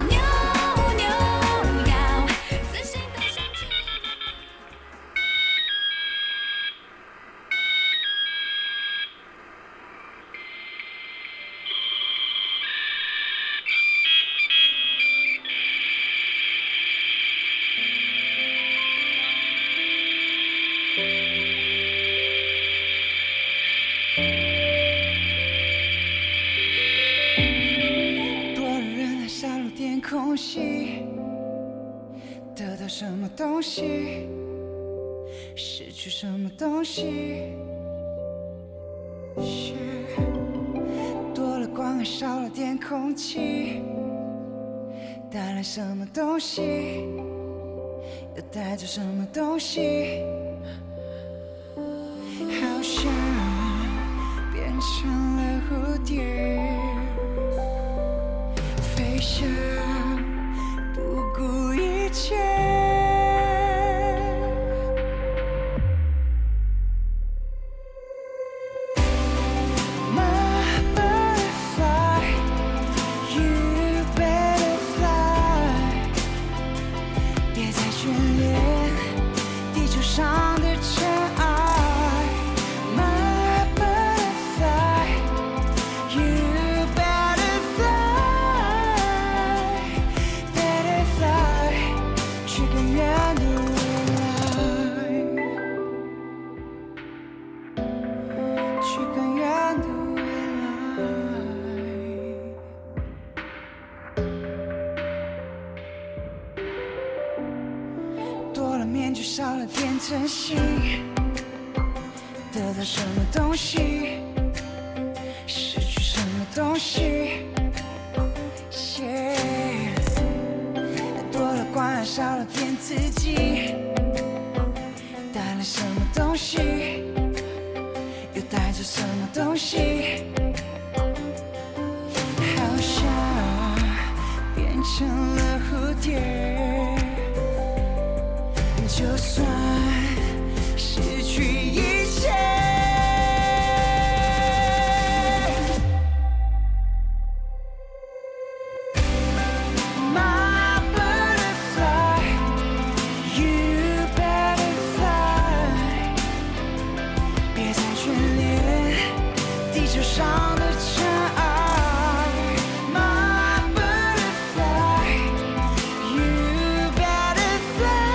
空隙得到什么东西失去什么东西多了光还少了点空气带来什么东西又带走什么东西好像变成了蝴蝶飞翔不顾一切少了点真心得到什么东西失去什么东西多了光还少了点自己带来什么东西又带走什么东西好像变成了蝴蝶就算失去一切My butterfly You better fly 别再眷恋地球上的尘埃 My butterfly You better fly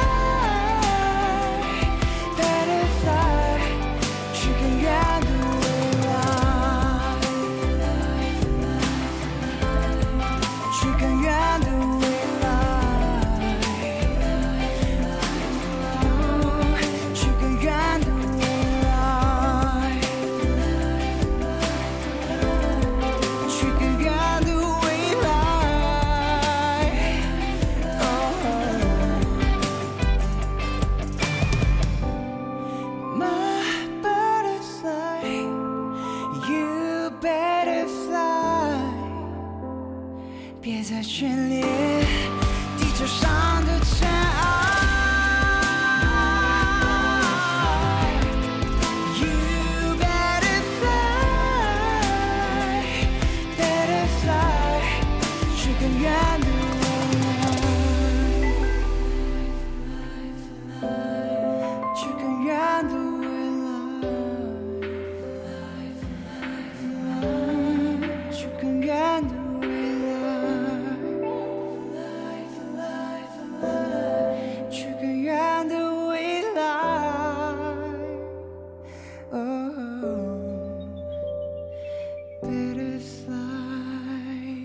别再眷恋地球上的尘埃 You better fly Better fly 去更远的未来去更远的未来去更远的未来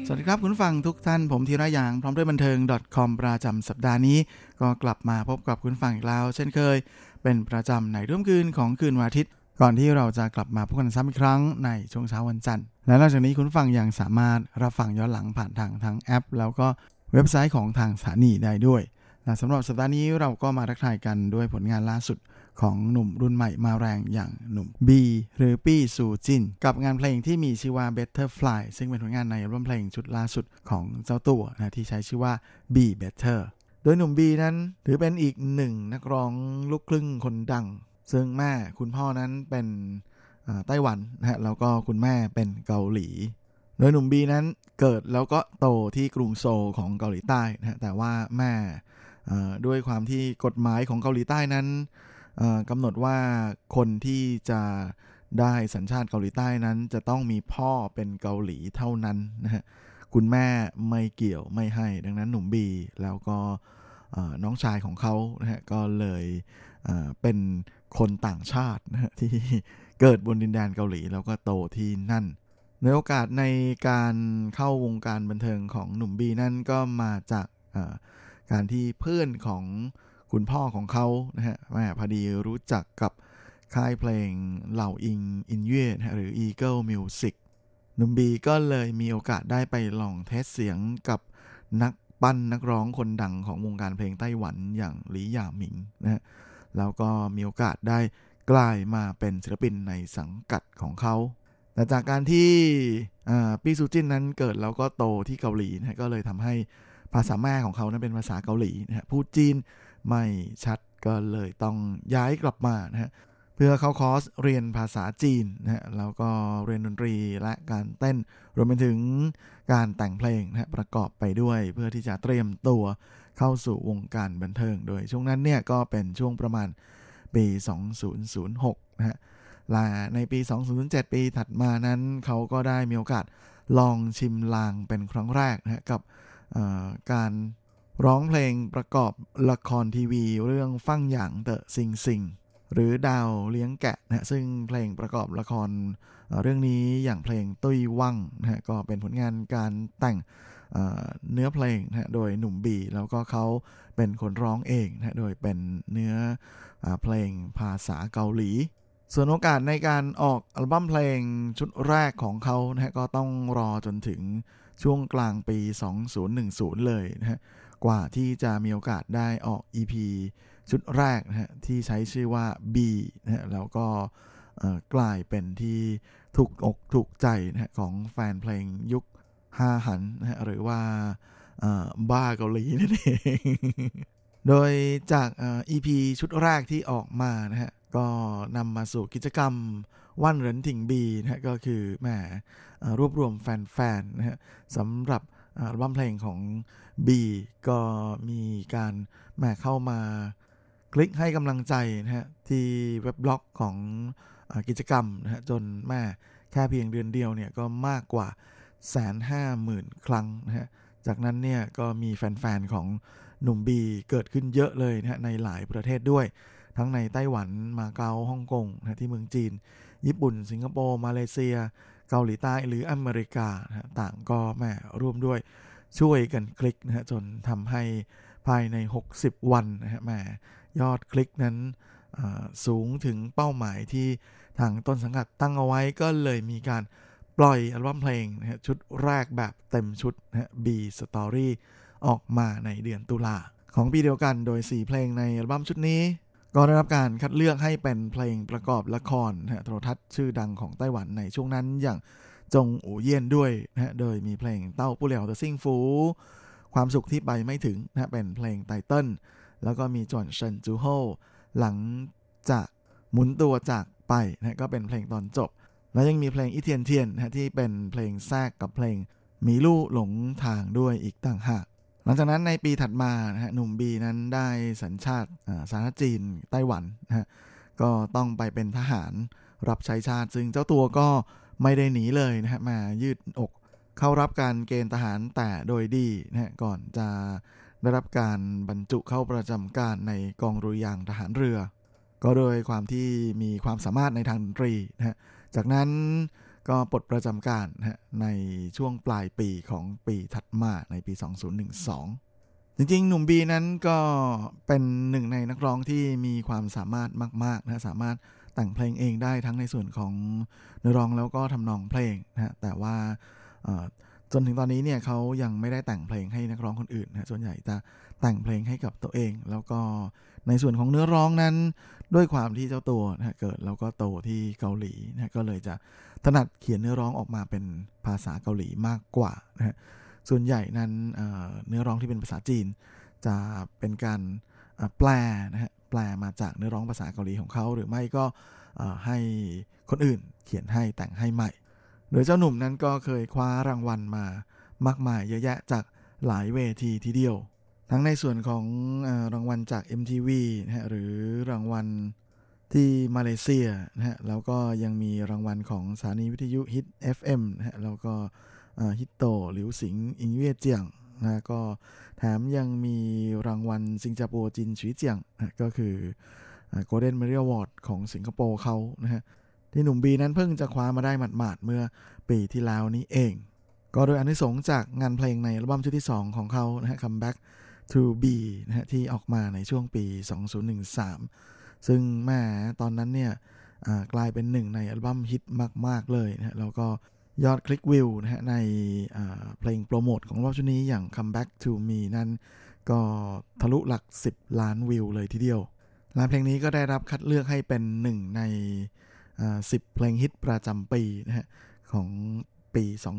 วัสดีครับคุณฟังทุกท่านผมธีระยางพร้อมด้วยบันเทิง .com ประจำสัปดาห์นี้ก็กลับมาพบกับคุณฟังอีกแล้วเช่นเคยเป็นประจำในร่วมคืนของคืนวันอาทิตย์ก่อนที่เราจะกลับมาพบกันซ้ำอีกครั้งในช่วงเช้าวันจันทร์และนอกจากนี้คุณฟังยังสามารถรับฟังย้อนหลังผ่านทางแอปแล้วก็เว็บไซต์ของทางสถานีได้ด้วยและสำหรับสัปดาห์นี้เราก็มาทักทายกันด้วยผลงานล่าสุดของหนุ่มรุ่นใหม่มาแรงอย่างหนุ่มบีหรือปี้ซูจินกับงานเพลงที่มีชื่อว่า Better Fly ซึ่งเป็นผลงานในอัลบั้มเพลงชุดล่าสุดของเจ้าตัวนะที่ใช้ชื่อว่า Be Better โดยหนุ่มบีนั้นถือเป็นอีกหนึ่งนักร้องลูกครึ่งคนดังซึ่งแม่คุณพ่อนั้นเป็นไต้หวันนะฮะแล้วก็คุณแม่เป็นเกาหลีโดยหนุ่มบีนั้นเกิดแล้วก็โตที่กรุงโซลของเกาหลีใต้นะฮะแต่ว่าแม่ด้วยความที่กฎหมายของเกาหลีใต้นั้นกำหนดว่าคนที่จะได้สัญชาติเกาหลีใต้นั้นจะต้องมีพ่อเป็นเกาหลีเท่านั้นนะฮะคุณแม่ไม่เกี่ยวไม่ให้ดังนั้นหนุ่มบีแล้วก็น้องชายของเขานะฮะก็เลยเป็นคนต่างชาตินะฮะที่เกิดบนดินแดนเกาหลีแล้วก็โตที่นั่นในโอกาสในการเข้าวงการบันเทิงของหนุ่มบีนั่นก็มาจากการที่เพื่อนของคุณพ่อของเขานะฮะพอดีรู้จักกับค่ายเพลงเหล่าอินเย่หรือ Eagle Music หนุ่มบีก็เลยมีโอกาสได้ไปลองเทสเสียงกับนักปั้นนักร้องคนดังของวงการเพลงไต้หวันอย่างหลี่หย่าหมิงนะฮะแล้วก็มีโอกาสได้กลายมาเป็นศิลปินในสังกัดของเขาแต่จากการที่ปี้ซูจินนั้นเกิดแล้วก็โตที่เกาหลีนะก็เลยทำให้ภาษาแม่ของเขานั้นเป็นภาษาเกาหลีนะฮะพูดจีนไม่ชัดก็เลยต้องย้ายกลับมานะฮะเพื่อเข้าคอร์สเรียนภาษาจีนนะฮะแล้วก็เรียนดนตรีและการเต้นรวมไปถึงการแต่งเพลงนะฮะประกอบไปด้วยเพื่อที่จะเตรียมตัวเข้าสู่วงการบันเทิงโดยช่วงนั้นเนี่ยก็เป็นช่วงประมาณปี 2006 นะฮะและในปี 2007 ปีถัดมานั้นเขาก็ได้มีโอกาสลองชิมลางเป็นครั้งแรกนะฮะกับการร้องเพลงประกอบละครทีวีเรื่องฟั่งหยางเตอะซิงซิงหรือดาวเลี้ยงแกะนะซึ่งเพลงประกอบละครเรื่องนี้อย่างเพลงตุ้ยว่างนะฮะก็เป็นผลงานการแต่งเนื้อเพลงนะโดยหนุ่มบีแล้วก็เขาเป็นคนร้องเองนะโดยเป็นเนื้อเพลงภาษาเกาหลีส่วนโอกาสในการออกอัลบั้มเพลงชุดแรกของเขานะฮะก็ต้องรอจนถึงช่วงกลางปี 2010 เลยนะฮะกว่าที่จะมีโอกาสได้ออก EP ชุดแรกนะฮะที่ใช้ชื่อว่า B นะฮะแล้วก็กลายเป็นที่ถูกอกถูกใจนะฮะของแฟนเพลงยุค5หันนะฮะหรือว่าบ้าเกาหลีนั่นเองโดยจากEP ชุดแรกที่ออกมานะฮะก็นำมาสู่กิจกรรมวันเหรินถิงบีนะฮะก็คือแหมรวบรวมแฟนๆนะฮะสำหรับอัลบั้มเพลงของ B ก็มีการแหมเข้ามาคลิกให้กำลังใจนะฮะที่เว็บบล็อกของกิจกรรมนะฮะจนแม่แค่เพียงเดือนเดียวเนี่ยก็มากกว่า 150,000 ครั้งนะฮะจากนั้นเนี่ยก็มีแฟนๆของหนุ่มบีเกิดขึ้นเยอะเลยนะฮะในหลายประเทศด้วยทั้งในไต้หวันมาเก๊าฮ่องกงนะที่เมืองจีนญี่ปุ่นสิงคโปร์มาเลเซียเกาหลีใต้หรืออเมริกานะต่างก็แม่ร่วมด้วยช่วยกันคลิกนะฮะจนทำให้ภายใน60วันนะฮะแม่ยอดคลิกนั้นสูงถึงเป้าหมายที่ทางต้นสังกัดตั้งเอาไว้ก็เลยมีการปล่อยอัลบั้มเพลงนะฮะชุดแรกแบบเต็มชุดนะฮะ B Story ออกมาในเดือนตุลาของปีเดียวกันโดย4เพลงในอัลบั้มชุดนี้ก็ได้รับการคัดเลือกให้เป็นเพลงประกอบละครนะฮะโทรทัศน์ชื่อดังของไต้หวันในช่วงนั้นอย่างจงอู่เยี่ยนด้วยนะฮะโดยมีเพลงเต้าปู้เหลียวเตอซิ่งฟูความสุขที่ไปไม่ถึงนะฮะเป็นเพลงไตเติ้ลแล้วก็มีจวนเซินจูโฮหลังจากหมุนตัวจากไปนะก็เป็นเพลงตอนจบแล้วยังมีเพลงอีเทียนเทียนนะที่เป็นเพลงแทรกกับเพลงมีลู่หลงทางด้วยอีกต่างหากหลังจากนั้นในปีถัดมานะฮะหนุ่มบีนั้นได้สัญชาติสาธารณจีนไต้หวันนะฮะก็ต้องไปเป็นทหารรับใช้ชาติซึ่งเจ้าตัวก็ไม่ได้หนีเลยนะฮะมายืดอกเข้ารับการเกณฑ์ทหารแต่โดยดีนะฮะก่อนจะได้รับการบรรจุเข้าประจำการในกองดุริยางค์ทหารเรือก็โดยความที่มีความสามารถในทางดนตรีนะฮะจากนั้นก็ปลดประจำการนะในช่วงปลายปีของปีถัดมาในปี 2012 จริงๆหนุ่มบีนั้นก็เป็นหนึ่งในนักร้องที่มีความสามารถมากๆนะสามารถแต่งเพลงเองได้ทั้งในส่วนของเนื้อร้องแล้วก็ทำนองเพลงนะแต่ว่าจนถึงตอนนี้เนี่ยเขายังไม่ได้แต่งเพลงให้นักร้องคนอื่นนะส่วนใหญ่จะแต่งเพลงให้กับตัวเองแล้วก็ในส่วนของเนื้อร้องนั้นด้วยความที่เจ้าตัวนะเกิดแล้วก็โตที่เกาหลีนะก็เลยจะถนัดเขียนเนื้อร้องออกมาเป็นภาษาเกาหลีมากกว่านะส่วนใหญ่นั้นเนื้อร้องที่เป็นภาษาจีนจะเป็นการแปลนะฮะแปลมาจากเนื้อร้องภาษาเกาหลีของเขาหรือไม่ก็ให้คนอื่นเขียนให้แต่งให้ใหม่โดยเจ้าหนุ่มนั้นก็เคยคว้ารางวัลมามากมายเยอะแยะจากหลายเวทีทีเดียวทั้งในส่วนของรางวัลจาก MTV นะฮะหรือรางวัลที่มาเลเซียนะฮะแล้วก็ยังมีรางวัลของสถานีวิทยุฮิต FM นะฮะแล้วก็ฮิตโตหลิวสิงอิงเว่ยเจียงนะก็แถมยังมีรางวัลสิงคโปร์จินฉุยเจียงนะก็คือGolden Media Award ของสิงคโปร์เขานะฮะที่หนุ่มบีนั้นเพิ่งจะคว้ามาได้หมาดๆเมื่อปีที่แล้วนี้เองก็โดยอานิสงส์จากงานเพลงในอัลบั้มชุดที่2ของเขานะฮะ Comeback to Be นะฮะที่ออกมาในช่วงปี 2013 ซึ่งแม่ตอนนั้นเนี่ยกลายเป็นหนึ่งในอัลบั้มฮิตมากๆเลยนะฮะแล้วก็ยอดคลิกวิวนะฮะในเพลงโปรโมทของอัลบั้มชุดนี้อย่าง Comeback to Me นั้นก็ทะลุหลัก10ล้านวิวเลยทีเดียวและเพลงนี้ก็ได้รับคัดเลือกให้เป็นหนึ่งใน10 เพลงฮิตประจำปีนะฮะของปี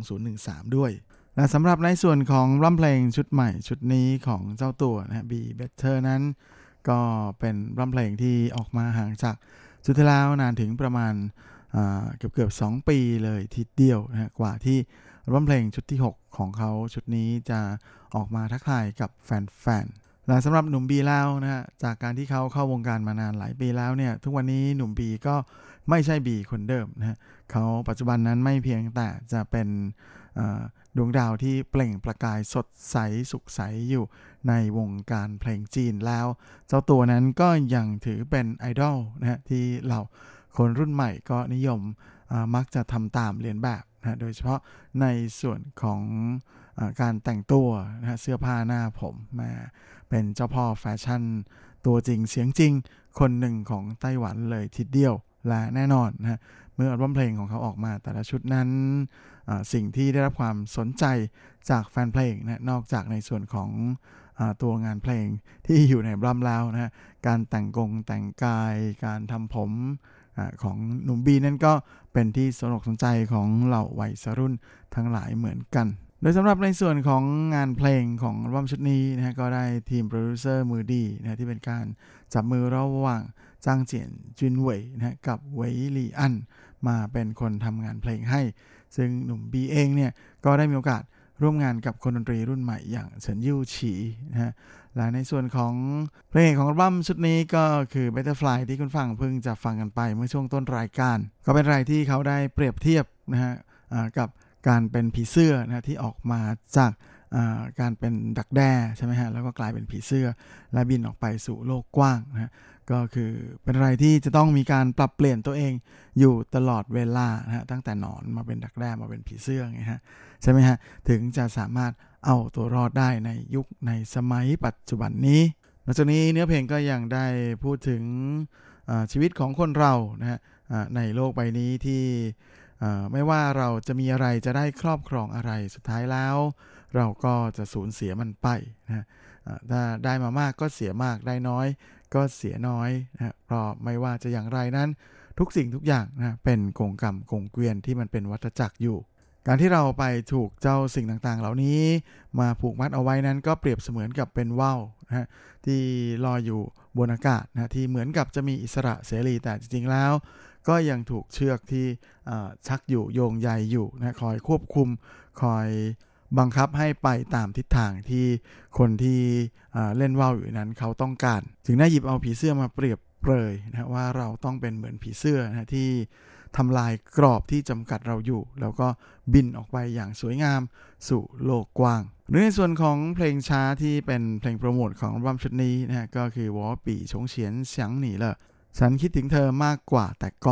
2013 ด้วยและสำหรับในส่วนของรัมเพลงชุดใหม่ชุดนี้ของเจ้าตัวนะฮะ Be Better นั้นก็เป็นรัมเพลงที่ออกมาห่างจากชุดที่แล้วนานถึงประมาณเกือบ2 ปีเลยทีเดียวนะฮะกว่าที่รัมเพลงชุดที่6ของเขาชุดนี้จะออกมาทักทายกับแฟนๆและสำหรับหนุ่มบีแล้วนะฮะจากการที่เขาเข้าวงการมานานหลายปีแล้วเนี่ยทุกวันนี้หนุ่มบีก็ไม่ใช่บีคนเดิมนะฮะเขาปัจจุบันนั้นไม่เพียงแต่จะเป็นดวงดาวที่เปล่งประกายสดใสสุขใสอยู่ในวงการเพลงจีนแล้วเจ้าตัวนั้นก็ยังถือเป็นไอดอลนะฮะที่เหล่าคนรุ่นใหม่ก็นิยมมักจะทำตามเรียนแบบนะโดยเฉพาะในส่วนของการแต่งตัวนะฮะเสื้อผ้าหน้าผมมาเป็นเจ้าพ่อแฟชั่นตัวจริงเสียงจริงคนหนึ่งของไต้หวันเลยทีเดียวและแน่นอนนะเมื่ออัลบั้มเพลงของเขาออกมาแต่ละชุดนั้นสิ่งที่ได้รับความสนใจจากแฟนเพลงนะนอกจากในส่วนของตัวงานเพลงที่อยู่ในอัลบั้มแล้วนะการแต่งกายการทำผมของหนุ่มบีนั่นก็เป็นที่สนใจของเหล่าวัยรุ่นทั้งหลายเหมือนกันโดยสำหรับในส่วนของงานเพลงของอัลบั้มชุดนี้นะก็ได้ทีมโปรดิวเซอร์มือดีนะที่เป็นการจับมือระหว่างจางเจียนจุนเหวยนะกับเหวยหลี่อั้นมาเป็นคนทำงานเพลงให้ซึ่งหนุ่มบีเองเนี่ยก็ได้มีโอกาสร่วมงานกับคนดนตรีรุ่นใหม่อย่างเฉินยู่ฉีนะฮะและในส่วนของเพลงของอัลบั้มชุดนี้ก็คือ Butterfly ที่คุณฟังเพิ่งจะฟังกันไปเมื่อช่วงต้นรายการก็เป็นรายที่เขาได้เปรียบเทียบนะฮะกับการเป็นผีเสื้อนะที่ออกมาจากการเป็นดักแด้ใช่ไหมฮะแล้วก็กลายเป็นผีเสื้อและบินออกไปสู่โลกกว้างนะฮะก็คือเป็นอะไรที่จะต้องมีการปรับเปลี่ยนตัวเองอยู่ตลอดเวลานะฮะตั้งแต่หนอนมาเป็นดักแด้มาเป็นผีเสื้อไงฮะใช่ไหมฮะถึงจะสามารถเอาตัวรอดได้ในยุคในสมัยปัจจุบันนี้นอกจากนี้เนื้อเพลงก็ยังได้พูดถึงชีวิตของคนเรานะฮะในโลกใบนี้ที่ไม่ว่าเราจะมีอะไรจะได้ครอบครองอะไรสุดท้ายแล้วเราก็จะสูญเสียมันไปนะถ้าได้มามากก็เสียมากได้น้อยก็เสียน้อยนะเพราะไม่ว่าจะอย่างไรนั้นทุกสิ่งทุกอย่างนะเป็นกงกรรมกงเกวียนที่มันเป็นวัฏจักรอยู่การที่เราไปถูกเจ้าสิ่งต่างๆเหล่านี้มาผูกมัดเอาไว้นั้นก็เปรียบเสมือนกับเป็นว่าวนะฮะที่ลอยอยู่บนอากาศนะที่เหมือนกับจะมีอิสระเสรีแต่จริงๆแล้วก็ยังถูกเชือกที่ชักอยู่โยงใยอยู่นะคอยควบคุมคอยบังคับให้ไปตามทิศทางที่คนที่เล่นว่าวอยู่นั้นเขาต้องการจึงได้หยิบเอาผีเสื้อมาเปรียบเปรยนะว่าเราต้องเป็นเหมือนผีเสื้อนะที่ทำลายกรอบที่จำกัดเราอยู่แล้วก็บินออกไปอย่างสวยงามสู่โลกกว้างในส่วนของเพลงช้าที่เป็นเพลงโปรโมทของอัลบั้มชุดนี้นะก็คือวอปี่ชงเฉียนเสียงหนีเลยฉันคิดถึงเธอมากกว่าแต่ก่อน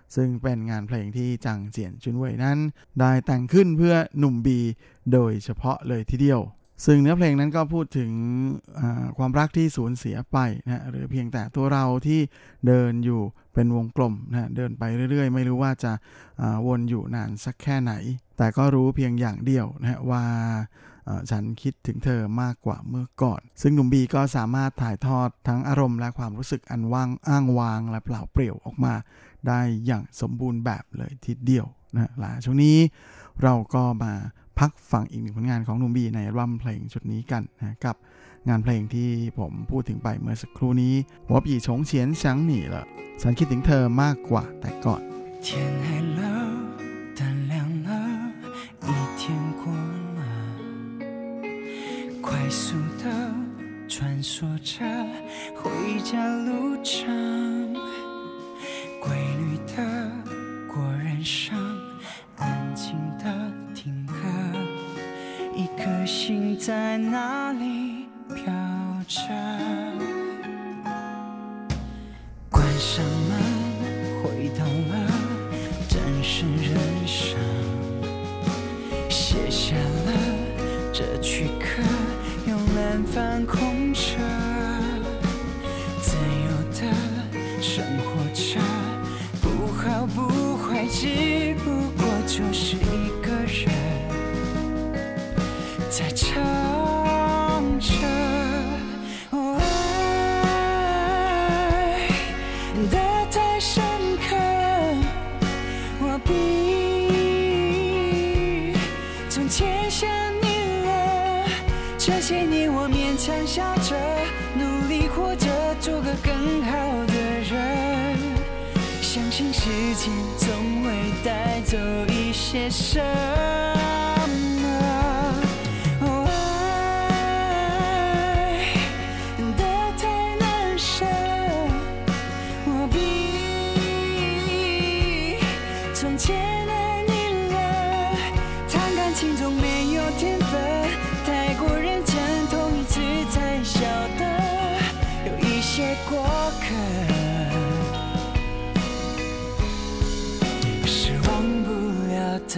ซึ่งเป็นงานเพลงที่จางเจียนจุนเว่ยนั้นได้แต่งขึ้นเพื่อหนุ่มบีโดยเฉพาะเลยทีเดียวซึ่งเนื้อเพลงนั้นก็พูดถึงความรักที่สูญเสียไปนะหรือเพียงแต่ตัวเราที่เดินอยู่เป็นวงกลมนะเดินไปเรื่อยๆไม่รู้ว่าจะวนอยู่นานสักแค่ไหนแต่ก็รู้เพียงอย่างเดียวนะว่าฉันคิดถึงเธอมากกว่าเมื่อก่อนซึ่งหนุ่มบีก็สามารถถ่ายทอดทั้งอารมณ์และความรู้สึกอันอ้างว้างและเปล่าเปลี่ยวออกมาได้อย่างสมบูรณ์แบบเลยทีเดียวนะและช่วงนี้เราก็มาพักฟังอีกหนึ่งผลงานของหนุ่มบีในอัลบั้มเพลงชุดนี้กันนะกับงานเพลงที่ผมพูดถึงไปเมื่อสักครู่นี้我比从前想你了ฉันคิดถึงเธอมากกว่าแต่ก่อน天黑了天亮了一天过了快速的穿梭着回家路上规律的过人生安静的听歌一颗心在哪里飘着关上门回到了真实人生写下了这躯壳用冷饭空着自由的生活着不好不坏只不过就是一个人在唱着爱的太深刻我比从前想你了这些年我勉强笑着努力活着做个更好的人相信时间总会带走一些什么爱的太难舍我比从前爱你了谈感情中没有天分太过认真头一次才晓得有一些过客是忘不了的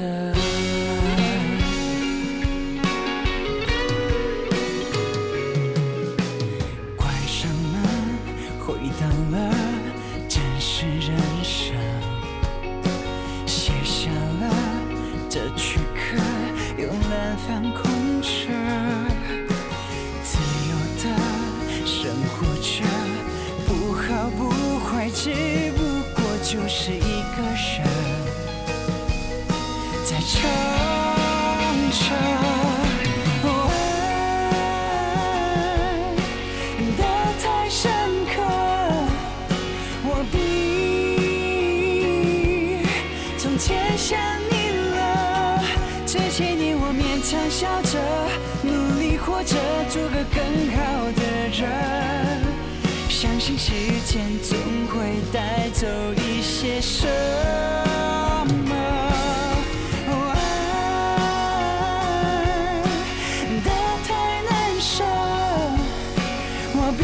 关上门回到了真实人生写下了这躯壳用冷饭空着自由的生活着不好不坏只不过就是一个人在唱着爱的太深刻我比从前想你了这些年我勉强笑着努力活着做个更好的人相信时间总会带走一些什么爱的太难舍我比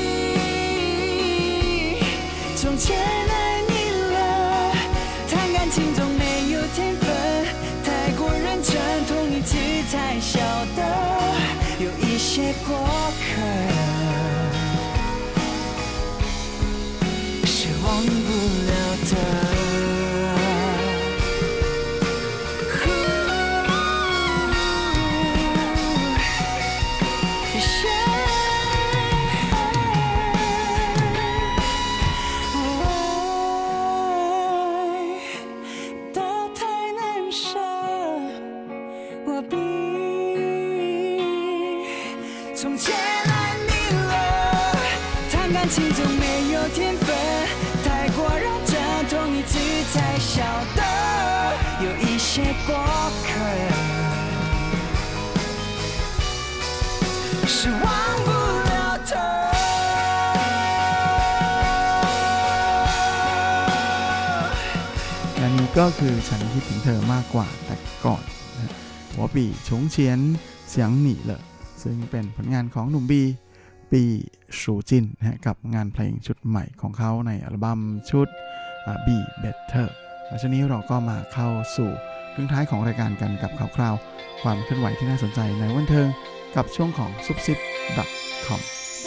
从前爱你了谈感情中没有天分太过认真同一次才晓得有一些过客是忘不了的从前爱你了谈感情中没有天分太过认真同一次才晓得有一些过客是忘不了的และนี่ก็คือฉันคิดถึงเธอมากกว่าแต่ก่อนหัวปีชงเฉียนเสียงหนีเลยซึ่งเป็นผลงานของหนุ่มบีปีชูจินกับงานเพลงชุดใหม่ของเขาในอัลบั้มชุด be better และช่วงนี้เราก็มาเข้าสู่ครึ่งท้ายของรายการกันกับข่าวคราวความเคลื่อนไหวที่น่าสนใจในวันเทิงกับช่วงของซุปซิป .com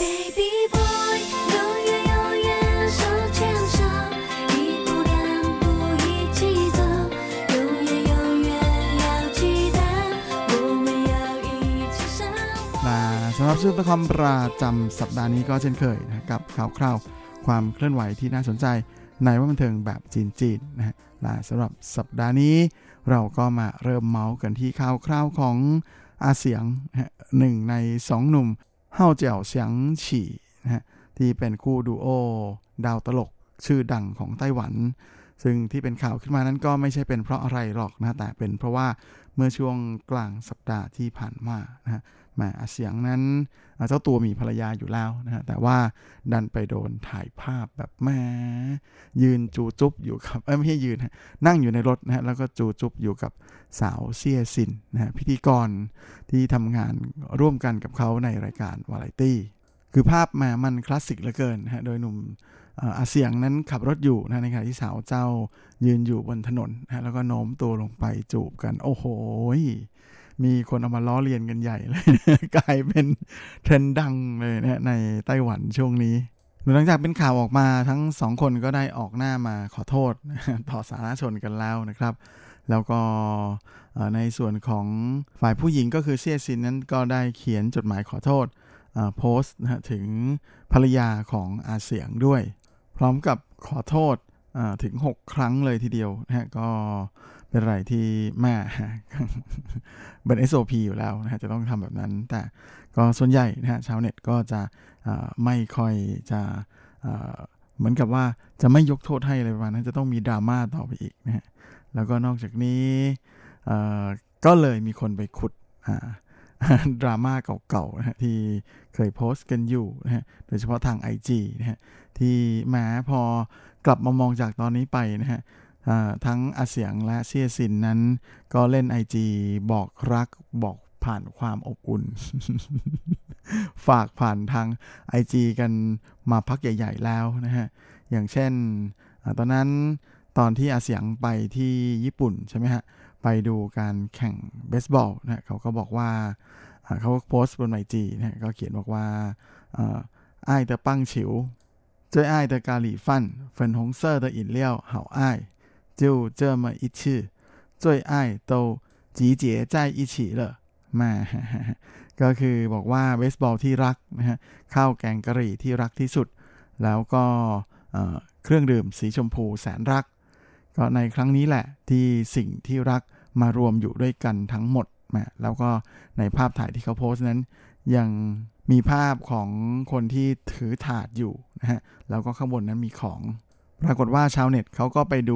สำหรับซุปคอมประจำสัปดาห์นี้ก็เช่นเคยนะกับข่าวคราวความเคลื่อนไหวที่น่าสนใจในวันบันเทิงแบบจีนๆนะฮะและสำหรับสัปดาห์นี้เราก็มาเริ่มเมาส์กันที่ข่าวคราวของอาเสียงหนึ่งใน2หนุ่มเฮาเจ๋วเสียงฉี่นะฮะที่เป็นคู่ดูโอดาวตลกชื่อดังของไต้หวันซึ่งที่เป็นข่าวขึ้นมานั้นก็ไม่ใช่เป็นเพราะอะไรหรอกนะแต่เป็นเพราะว่าเมื่อช่วงกลางสัปดาห์ที่ผ่านมานะฮะอาเสียงนั้นเจ้าตัวมีภรรยาอยู่แล้วนะฮะแต่ว่าดันไปโดนถ่ายภาพแบบแหมยืนจูจุ๊บอยู่กับไม่ใช่ยืนนั่งอยู่ในรถนะฮะแล้วก็จูจุ๊บอยู่กับสาวเซี่ยซินนะฮะพิธีกรที่ทำงานร่วมกันกับเขาในรายการวาไรตี้คือภาพมันคลาสสิกเหลือเกินนะฮะโดยหนุ่มอาเสียงนั้นขับรถอยู่นะในขณะที่สาวเจ้ายืนอยู่บนถนนนะแล้วก็โน้มตัวลงไปจูบกันโอ้โหมีคนเอามาล้อเลียนกันใหญ่เลยนะกลายเป็นเทรนด์ดังเลยนะในไต้หวันช่วงนี้หลังจากเป็นข่าวออกมาทั้ง2คนก็ได้ออกหน้ามาขอโทษต่อสาธารณชนกันแล้วนะครับแล้วก็ในส่วนของฝ่ายผู้หญิงก็คือเซี่ยซินนั้นก็ได้เขียนจดหมายขอโทษโพสต์นะถึงภรรยาของอาเสียงด้วยพร้อมกับขอโทษถึง6ครั้งเลยทีเดียวนะฮะก็เป็นอะไรที่แม่เป็น SOP อยู่แล้วนะฮะจะต้องทำแบบนั้นแต่ก็ส่วนใหญ่นะฮะชาวเน็ตก็จะไม่ค่อยจะเหมือนกับว่าจะไม่ยกโทษให้อะไรประมาณนั้นจะต้องมีดราม่าต่อไปอีกนะฮะแล้วก็นอกจากนี้ก็เลยมีคนไปขุดดราม่าเก่าๆนะฮะที่เคยโพสต์กันอยู่นะฮะโดยเฉพาะทาง IG นะฮะที่แม้พอกลับมามองจากตอนนี้ไปนะฮะทั้งอาเสียงและเซี่ยซินนั้นก็เล่น IG บอกรักบอกผ่านความอบอุ่น ฝากผ่านทาง IG กันมาพักใหญ่ๆแล้วนะฮะอย่างเช่นตอนนั้นตอนที่อาเสียงไปที่ญี่ปุ่นใช่ไหมฮะไปดูการแข่งเบสบอลนะเขาก็บอกว่าเขาโพสต์บน IG นะก็เขียนบอกว่าอ้ายเตอปังฉิว最爱的咖喱饭粉红色的饮料好爱就这么一次最爱都集结在一起了มาก็คือบอกว่าเบสบอลที่รักนะฮะข้าวแกงกะหรี่ที่รักที่สุดแล้วก็เครื่องดื่มสีชมพูแสนรักก็ในครั้งนี้แหละที่สิ่งที่รักมารวมอยู่ด้วยกันทั้งหมดแล้วก็ในภาพถ่ายที่เขาโพสต์นั้นยังมีภาพของคนที่ถือถาดอยู่นะฮะแล้วก็ข้างบนนั้นมีของปรากฏว่าชาวเน็ตเขาก็ไปดู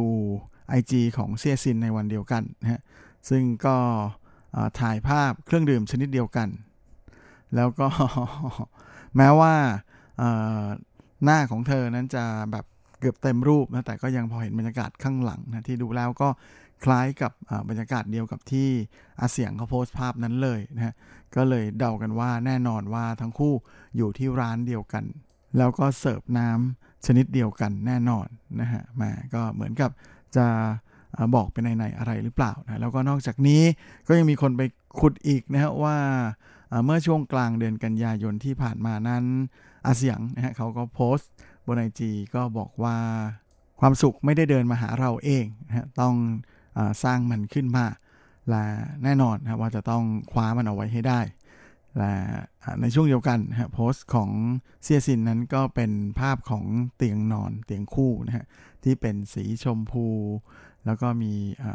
IG ของเซี่ยซินในวันเดียวกันนะฮะซึ่งก็ถ่ายภาพเครื่องดื่มชนิดเดียวกันแล้วก็ แม้ว่าหน้าของเธอนั้นจะแบบเกือบเต็มรูปนะแต่ก็ยังพอเห็นบรรยากาศข้างหลังนะที่ดูแล้วก็คล้ายกับบรรยากาศเดียวกับที่อาเสียงเขาโพสต์ภาพนั้นเลยนะฮะก็เลยเดากันว่าแน่นอนว่าทั้งคู่อยู่ที่ร้านเดียวกันแล้วก็เสิร์ฟน้ำชนิดเดียวกันแน่นอนนะฮะมาก็เหมือนกับจะบอกเป็นในอะไรหรือเปล่านะแล้วก็นอกจากนี้ก็ยังมีคนไปขุดอีกนะฮะว่าเมื่อช่วงกลางเดือนกันยายนที่ผ่านมานั้นอาเสียงนะฮะเขาก็โพสต์บน IG ก็บอกว่าความสุขไม่ได้เดินมาหาเราเองนะฮะต้องสร้างมันขึ้นมาและแน่นอนนะว่าจะต้องคว้ามันเอาไว้ให้ได้และในช่วงเดียวกันนะฮะโพสต์ของเซี่ยซินนั้นก็เป็นภาพของเตียงนอนเตียงคู่นะฮะที่เป็นสีชมพูแล้วก็มี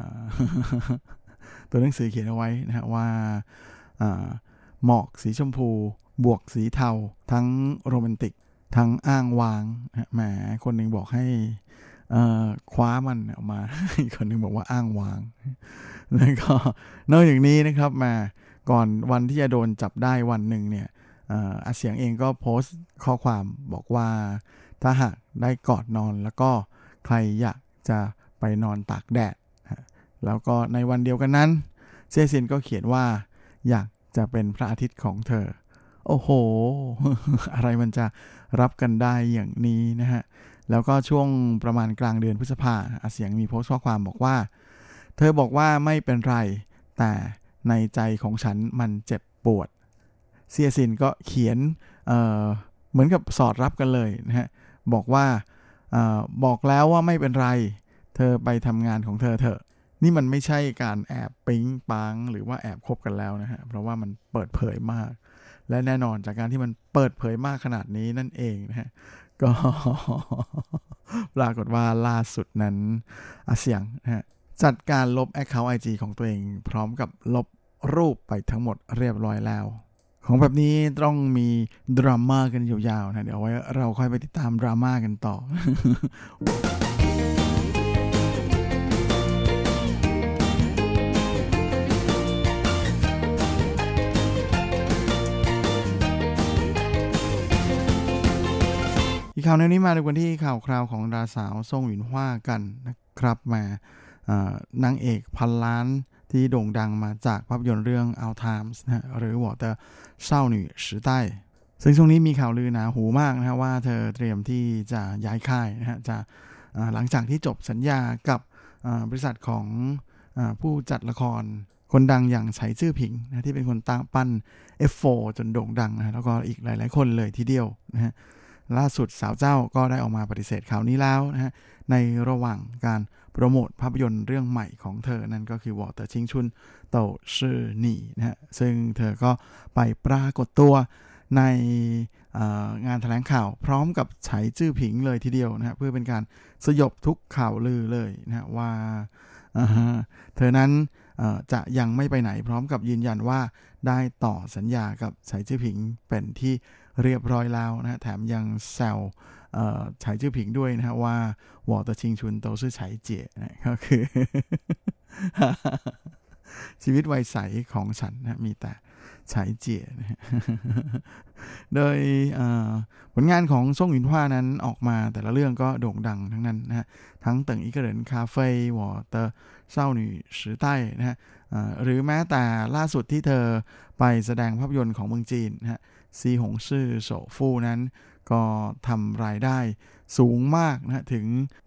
ตัวหนังสือเขียนเอาไว้นะฮะว่าหมอกสีชมพูบวกสีเทาทั้งโรแมนติกทั้งอ้างว้างแหมคนหนึ่งบอกให้คว้ามันออกมาอีกคนหนึ่งบอกว่าอ้างว้างแล้วก็นอกจากนี้นะครับมาก่อนวันที่จะโดนจับได้วันหนึ่งเนี่ยอาเสียงเองก็โพสต์ข้อความบอกว่าถ้าหากได้กอดนอนแล้วก็ใครอยากจะไปนอนตากแดดแล้วก็ในวันเดียวกันนั้นเซี่ยซินก็เขียนว่าอยากจะเป็นพระอาทิตย์ของเธอโอ้โห อะไรมันจะรับกันได้อย่างนี้นะฮะแล้วก็ช่วงประมาณกลางเดือนพฤษภาอาเสียงมีโพสต์ข้อความบอกว่าเธอบอกว่าไม่เป็นไรแต่ในใจของฉันมันเจ็บปวดเซียซินก็เขียนเหมือนกับสอดรับกันเลยนะฮะบอกว่าบอกแล้วว่าไม่เป็นไรเธอไปทำงานของเธอเถอะนี่มันไม่ใช่การแอบปิ๊งปังหรือว่าแอบคบกันแล้วนะฮะเพราะว่ามันเปิดเผยมากและแน่นอนจากการที่มันเปิดเผยมากขนาดนี้นั่นเองนะฮะก็ ปรากฏว่าล่าสุดนั้นอาเสียงนะฮะจัดการลบ Account IG ของตัวเองพร้อมกับลบรูปไปทั้งหมดเรียบร้อยแล้วของแบบนี้ต้องมีดราม่ากันยาวๆนะเดี๋ยวไว้เราค่อยไปติดตามดราม่ากันต่อ อีกข่าวนึงนี้มาในวันที่ข่าวคราวของดาราสาวซ่งหวินฮวากันนะครับมานางเอกพันล้านที่โด่งดังมาจากภาพยนตร์เรื่อง Our Times นะหรือ我的少女时代ซึ่งช่วงนี้มีข่าวลือหนาหูมากนะว่าเธอเตรียมที่จะย้ายค่ายนะฮะจะหลังจากที่จบสัญญากับบริษัทของผู้จัดละครคนดังอย่างไฉจื้อผิงนะที่เป็นคนตั้งปั้น F4 จนโด่งดังนะแล้วก็อีกหลายๆคนเลยทีเดียวนะฮะล่าสุดสาวเจ้าก็ได้ออกมาปฏิเสธข่าวนี้แล้วนะฮะในระหว่างการโปรโมทภาพยนตร์เรื่องใหม่ของเธอนั่นก็คือ我的青春都是你นะฮะซึ่งเธอก็ไปปรากฏตัวในงานแถลงข่าวพร้อมกับไฉจื้อผิงเลยทีเดียวนะฮะเพื่อเป็นการสยบทุกข่าวลือเลยนะฮะว่าเธอนั้นจะยังไม่ไปไหนพร้อมกับยืนยันว่าได้ต่อสัญญากับไฉจื้อผิงเป็นที่เรียบร้อยแล้วนะแถมยังแซวไฉจื้อผิงด้วยนะฮะว่า我的青春都是ไฉเจ๋นะก็คือ ชีวิตวัยใสของฉันนะมีแต่ไฉเจ๋นะโดยผลงานของซ่งหวินฮวานั้นออกมาแต่ละเรื่องก็โด่งดังทั้งนั้นนะฮะทั้งเติ่งอีกเหรินคาเฟ่我的少女时代นะฮะหรือแม้แต่ล่าสุดที่เธอไปแสดงภาพยนตร์ของเมืองจีนนะฮะซีหงซื่อโสฟู่นั้นก็ทำรายได้สูงมากนะถึง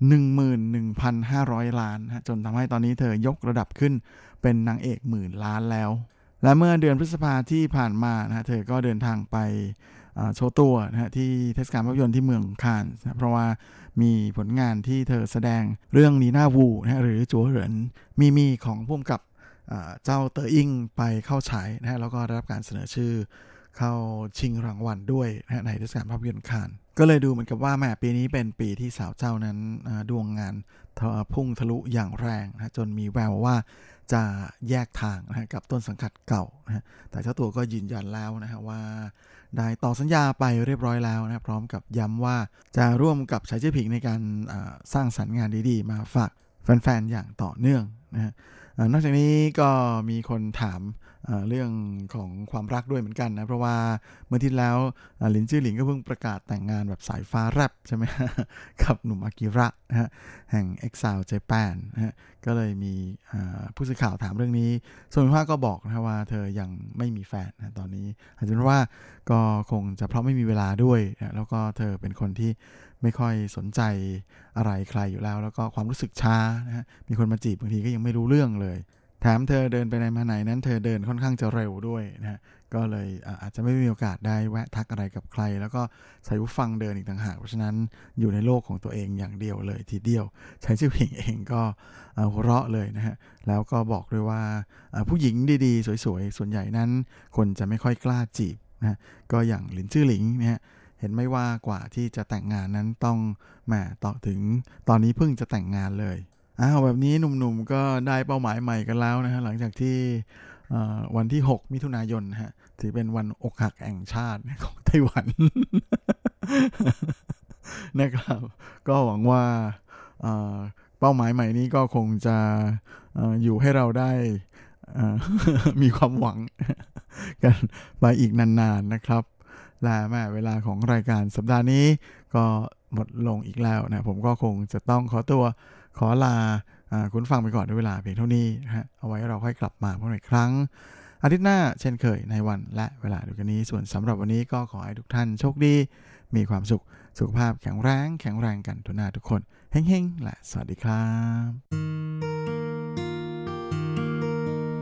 11,500 ล้านนะจนทำให้ตอนนี้เธอยกระดับขึ้นเป็นนางเอกหมื่นล้านแล้วและเมื่อเดือนพฤษภาคมที่ผ่านมานะเธอก็เดินทางไปโชว์ตัวนะฮะที่เทศกาลภาพยนตร์ที่เมืองคานส์นะเพราะว่ามีผลงานที่เธอแสดงเรื่องนีน่าวูนะหรือจัวเหรินมีของผู้กำกับเจ้าเตออิงไปเข้าฉายนะฮะแล้วก็ได้รับการเสนอชื่อเข้าชิงรางวัลด้วยนะในเทศกาลภาพยนตร์คานส์ก็เลยดูเหมือนกับว่าแม่ปีนี้เป็นปีที่สาวเจ้านั้นดวงงานพุ่งทะลุอย่างแรงนะจนมีแววว่าจะแยกทางนะกับต้นสังกัดเก่านะแต่เจ้าตัวก็ยืนยันแล้วนะฮะว่าได้ต่อสัญญาไปเรียบร้อยแล้วนะพร้อมกับย้ำว่าจะร่วมกับไฉจื้อผิงในการสร้างสรรค์งานดีๆมาฝากแฟนๆอย่างต่อเนื่องนะฮะนอกจากนี้ก็มีคนถามเรื่องของความรักด้วยเหมือนกันนะเพราะว่าเมื่อที่แล้วหลินจื้อหลิงก็เพิ่งประกาศแต่งงานแบบสายฟ้าแรปใช่ไหม กับหนุ่มอากิระนะฮะแห่ง Exile Japan นะฮะก็เลยมีผู้สื่อข่าวถามเรื่องนี้ส่วนว่าก็บอกนะว่าเธอยังไม่มีแฟนนะตอนนี้อาจจะเป็นว่าก็คงจะเพราะไม่มีเวลาด้วยนะแล้วก็เธอเป็นคนที่ไม่ค่อยสนใจอะไรใครอยู่แล้วก็ความรู้สึกช้านะฮะมีคนมาจีบบางทีก็ยังไม่รู้เรื่องเลยแถมเธอเดินไปไหนมาไหนนั้นเธอเดินค่อนข้างจะเร็วด้วยนะฮะก็เลยอาจจะไม่มีโอกาสได้แวะทักอะไรกับใครแล้วก็ใส่หูฟังเดินอีกต่างหากเพราะฉะนั้นอยู่ในโลกของตัวเองอย่างเดียวเลยทีเดียวไฉจื้อผิงเองก็หัวเราะเลยนะฮะแล้วก็บอกด้วยว่าผู้หญิงดีๆสวยๆส่วนใหญ่นั้นคนจะไม่ค่อยกล้าจีบนะก็อย่างหลินจื้อหลิงนะฮะเห็นไม่ว่ากว่าที่จะแต่งงานนั้นต้องต่อถึงตอนนี้เพิ่งจะแต่งงานเลยแบบนี้หนุ่มๆก็ได้เป้าหมายใหม่กันแล้วนะฮะหลังจากที่วันที่6มิถุนายนฮะถือเป็นวันอกหักแห่งชาติของไต้หวัน นะครับก็หวังว่าเป้าหมายใหม่นี้ก็คงจะอยู่ให้เราได้มีความหวังกันไปอีกนานๆนะครับและเวลาของรายการสัปดาห์นี้ก็หมดลงอีกแล้วนะผมก็คงจะต้องขอลาคุณฟังไปก่อนด้วยเวลาเพียงเท่านี้นะฮะเอาไว้เราค่อยกลับมาพบกันอีกครั้งอาทิตย์หน้าเช่นเคยในวันและเวลาเดียวกันนี้ส่วนสำหรับวันนี้ก็ขอให้ทุกท่านโชคดีมีความสุขสุขภาพแข็งแรงกันทุกหน้าทุกคนเฮ้งๆและสวัสดีครับ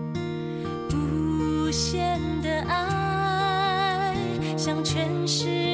无限的爱向全世